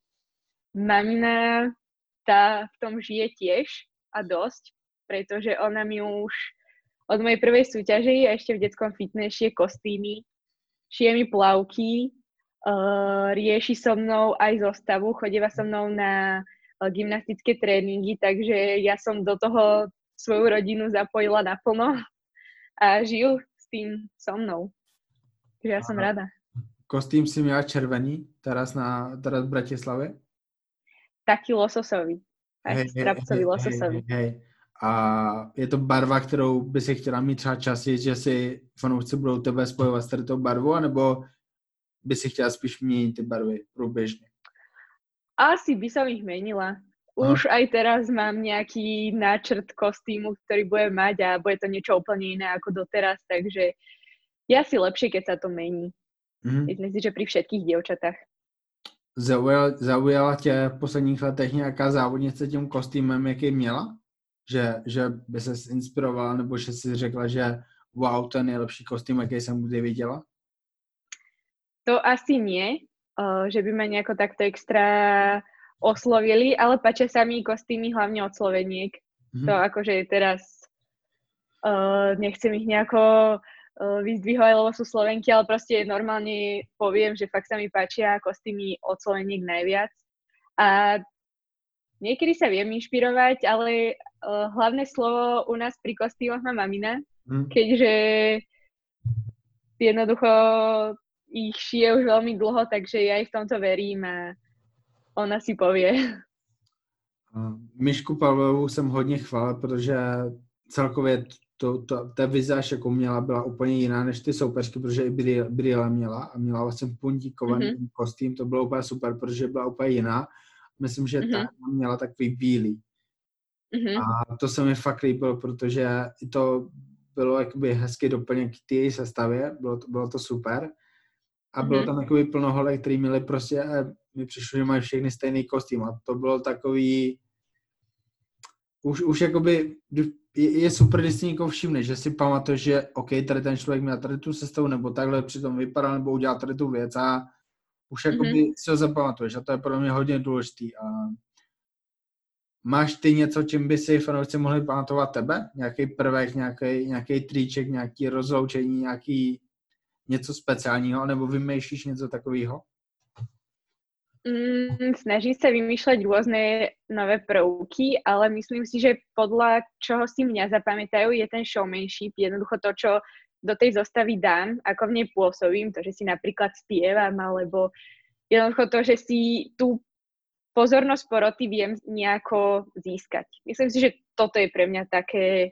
Mamina tá v tom žije tiež a dosť, pretože ona mi už od mojej prvej súťaži a ešte v detskom fitness šije kostýmy, šije mi plavky, rieši so mnou aj zostavu, chodíva so mnou na gymnastické tréningy, takže ja som do toho svoju rodinu zapojila naplno a žijú s tým so mnou. Takže ja som rada. Kostým si měla červený, teraz v Bratislavě? Taký lososový. Strapcový lososový. Hej. A je to barva, kterou by si chtěla mít třeba časy, že si fanoušci budou tebe spojovat s tou barvou, anebo by si chtěla spíš měnit ty barvy průběžně? Asi by som ich menila. Už aj teraz mám nejaký náčrt kostýmu, ktorý budem mať a bude to niečo úplne iné ako doteraz, takže je asi lepšie, keď sa to mení. Myslím si, že pri všetkých dievčatách. Zaujala tě v posledních letech nějaká závodnice tím kostýmem, jaký měla? Že by ses inspirovala, nebo že si řekla, že wow, to je nejlepší kostým, jaký jsem kdy viděla? To asi nie, že by ma nejako takto extra oslovili, ale páčia sa mi kostýmy hlavne od Sloveniek. To akože teraz nechcem ich nejako vyzdvihovať, lebo sú Slovenky, ale proste normálne poviem, že fakt sa mi páčia kostýmy od Sloveniek najviac. A niekedy sa viem inšpirovať, ale hlavné slovo u nás pri kostýmoch má mamina, keďže jednoducho ich šije už veľmi dlho, takže ja ich v tomto verím a ona si povie. Myšku Pavlovou jsem hodně chválil, protože celkově ta vizáž, jakou měla, byla úplně jiná než ty soupeřky, protože i Brielle měla a měla vlastně puntíkovaný kostým, to bylo úplně super, protože byla úplně jiná. Myslím, že ta měla takový bílý. A to se mi fakt líbilo, protože to bylo jakoby hezký doplněk k té její sestavě, bylo to super. A bylo tam takový plno holek, který měli prostě, mi přišlo, že mají všechny stejný kostým a to bylo takový, už jakoby, je super, když si někoho všimne, že si pamatuješ, že OK, tady ten člověk měl tady tu sestavu, nebo takhle přitom vypadal, nebo udělal tady tu věc a už jakoby si ho zapamatuješ a to je pro mě hodně důležitý. A máš ty něco, čím by si fanoušci mohli pamatovat tebe? Nějaký prvek, nějaký triček, nějaký rozloučení, nějaký něco speciálního, nebo vymýšlíš něco takového? Snažím sa vymýšľať rôzne nové prvky, ale myslím si, že podľa čoho si mňa zapamätajú je ten showmanship, jednoducho to, čo do tej zostavy dám, ako v nej pôsobím, to, že si napríklad spievam, alebo jednoducho to, že si tú pozornosť poroty viem nejako získať. Myslím si, že toto je pre mňa také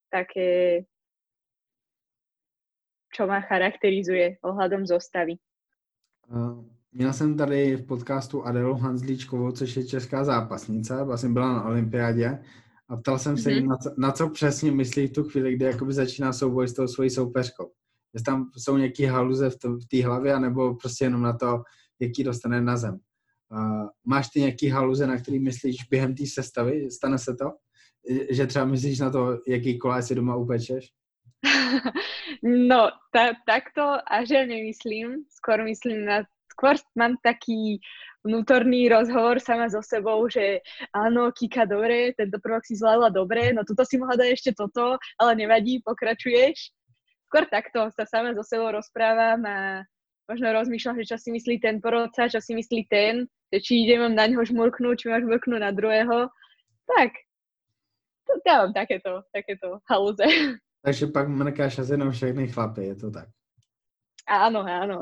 čo ma charakterizuje ohľadom zostavy. Měl jsem tady v podcastu Adelu Hanzlíčkovou, což je česká zápasnice, vlastně byla na olympiádě a ptal jsem se jí, na co přesně myslí v tu chvíli, kdy jakoby začíná souboj s tou svojí soupeřkou. Jestli tam jsou nějaký haluze v té hlavě, anebo prostě jenom na to, jaký dostane na zem. Máš ty nějaký haluze, na který myslíš během té sestavy? Stane se to? Že třeba myslíš na to, jaký koláč si doma upečeš? No, takto až ja nemyslím. Skôr mám taký vnútorný rozhovor sama so sebou, že áno, Kika, dobre, tento prvok si zvládla dobre, no tuto si mohla dať ešte toto, ale nevadí, pokračuješ. Skôr takto sa sama so sebou rozprávam a možno rozmýšľam, že čo si myslí ten porodca, čo si myslí ten, že či idem na ňoho žmurknúť, či máš žmurknúť na druhého. Tak, ja mám takéto halúze. Takže pak mrkáš asi jenom všechny chlapy, je to tak? Áno.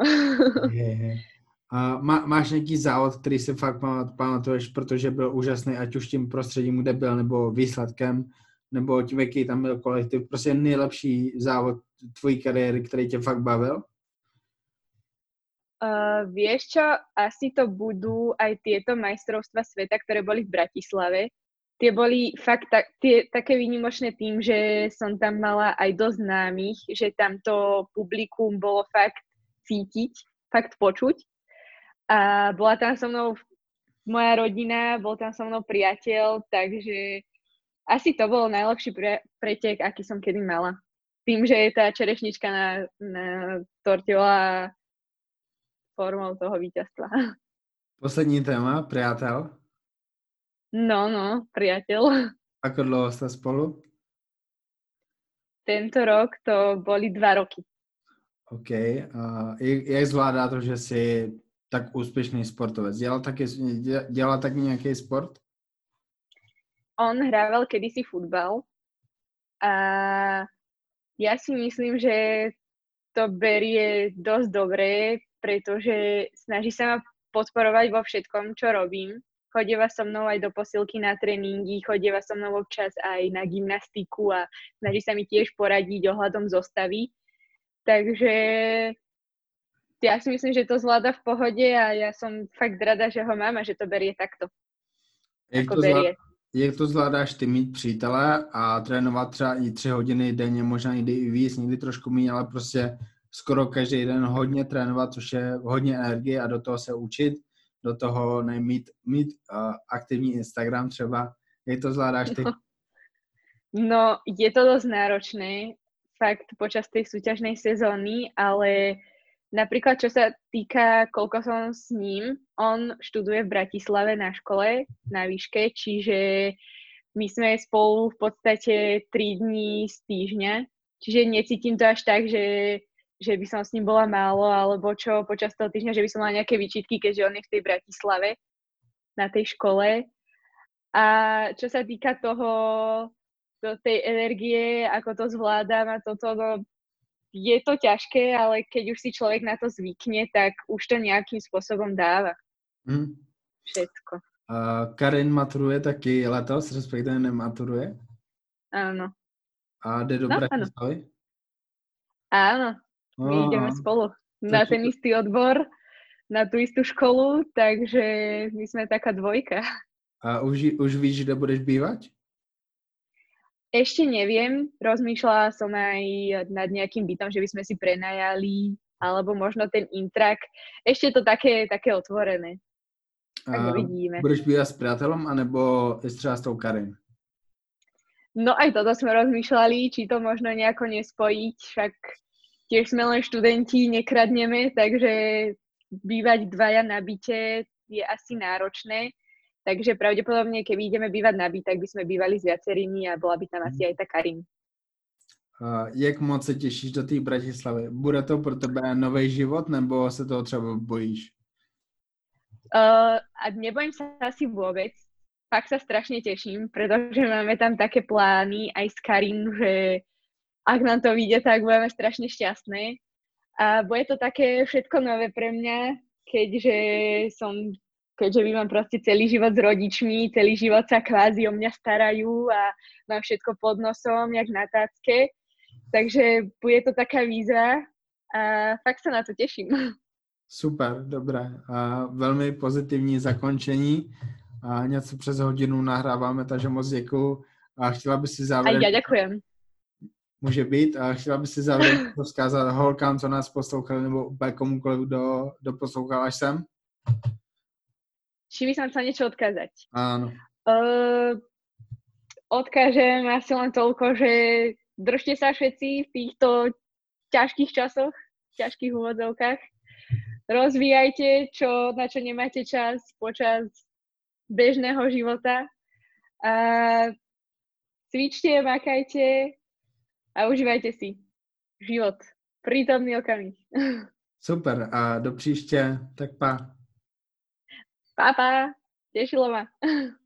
A máš nějaký závod, který si fakt pamatuješ, protože byl úžasný, ať už tím prostředím, kde byl, nebo výsledkem, nebo tím, jaký tam byl kolektiv, prostě nejlepší závod tvojí kariéry, který tě fakt bavil? Vieš čo, asi to budú aj tieto majstrovstvá sveta, ktoré boli v Bratislave. Tie boli fakt také výnimočné tým, že som tam mala aj dosť známych, že tamto publikum bolo fakt cítiť, fakt počuť. A bola tam so mnou moja rodina, bol tam so mnou priateľ, takže asi to bol najlepší pretek, aký som kedy mala. Tým, že je tá čerešnička na torte a formou toho víťazstva. Poslední téma, priateľ. No, priateľ. Ako dlouho jste spolu? Tento rok to boli 2 roky. OK. Jak zvládá to, že jsi tak úspěšný sportovec? Dělal taky nějaký sport? On hrával kedysi futbal a ja si myslím, že to berie dosť dobre, pretože snaží sa ma podporovať vo všetkom, čo robím. Chodieva so mnou aj do posilky na tréningy, chodieva so mnou občas aj na gymnastiku a snaží sa mi tiež poradiť ohľadom zostavy. Takže ja si myslím, že to zvláda v pohode a ja som fakt rada, že ho mám a že to berie takto. Jak to zvládáš ty mít přítele a trénovat třeba i 3 hodiny denně, možná někdy i víc, někdy trošku méně, ale prostě skoro každý den hodně trénovat, což je hodně energie a do toho se učit, do toho mít aktivní Instagram třeba. Jak to zvládáš ty? No, je to dosť náročné, fakt počas tej súťažnej sezóny, ale napríklad čo sa týka, koľko som s ním, on študuje v Bratislave na škole, na výške, čiže my sme spolu v podstate 3 dní z týždňa, čiže necítim to až tak, že by som s ním bola málo, alebo čo počas toho týždňa, že by som mala nejaké výčitky, keďže on je v tej Bratislave na tej škole. A čo sa týka do tej energie, ako to zvládam a toto, no, je to ťažké, ale keď už si človek na to zvykne, tak už to nejakým spôsobom dáva. Všetko. Karin maturuje taky letos, respektive nematuruje? Áno. A jde do Bratislavy? Áno, my ideme spolu na ten istý odbor, na tú istú školu, takže my sme taká dvojka. A už víš, kde budeš bývať? Ešte neviem, rozmýšľala som aj nad nejakým bytom, že by sme si prenajali, alebo možno ten intrak. Ešte to také otvorené. Tak uvidíme. Budeš bývať s priateľom, anebo třeba s tou Karin? No aj toto sme rozmýšľali, či to možno nejako nespojiť, však tiež sme len študenti, nekradneme, takže bývať dvaja na byte je asi náročné. Takže pravdepodobne, keby ideme bývať na byt, tak by sme bývali s viacerými a bola by tam asi aj tá Karin. Jak moc se těšíš do té Bratislavy? Bude to pro tebe nový život, nebo se toho třeba bojíš? A nebojím sa asi vôbec. Fakt sa strašne teším, pretože máme tam také plány aj s Karin, že ak nám to vyjde, tak budeme strašne šťastné. A bude to také všetko nové pre mňa, keďže bývam proste celý život s rodičmi, celý život sa kvázi o mňa starajú a mám všetko pod nosom, jak na tácke. Takže bude to taká výzva a fakt sa na to teším. Super, dobré. Velmi pozitivní zakončení. Něco přes hodinu nahráváme, takže moc děkuju. A chtěla by si závěrem... A ja ďakujem. Může být. A chtěla by si závěrem vzkázat holkám, co nás poslouchali, nebo komukoliv, kdo poslouchal až sem? Či by som chcela niečo odkázať? Áno. Odkážem asi len toľko, že držte sa všetci v týchto ťažkých časoch, ťažkých úvodzovkách. Rozvíjajte, na čo nemáte čas počas bežného života. A cvičte, makajte a užívajte si život. Prítomný okamih. Super. A do příště. Tak pa. Pa, tešilo ma.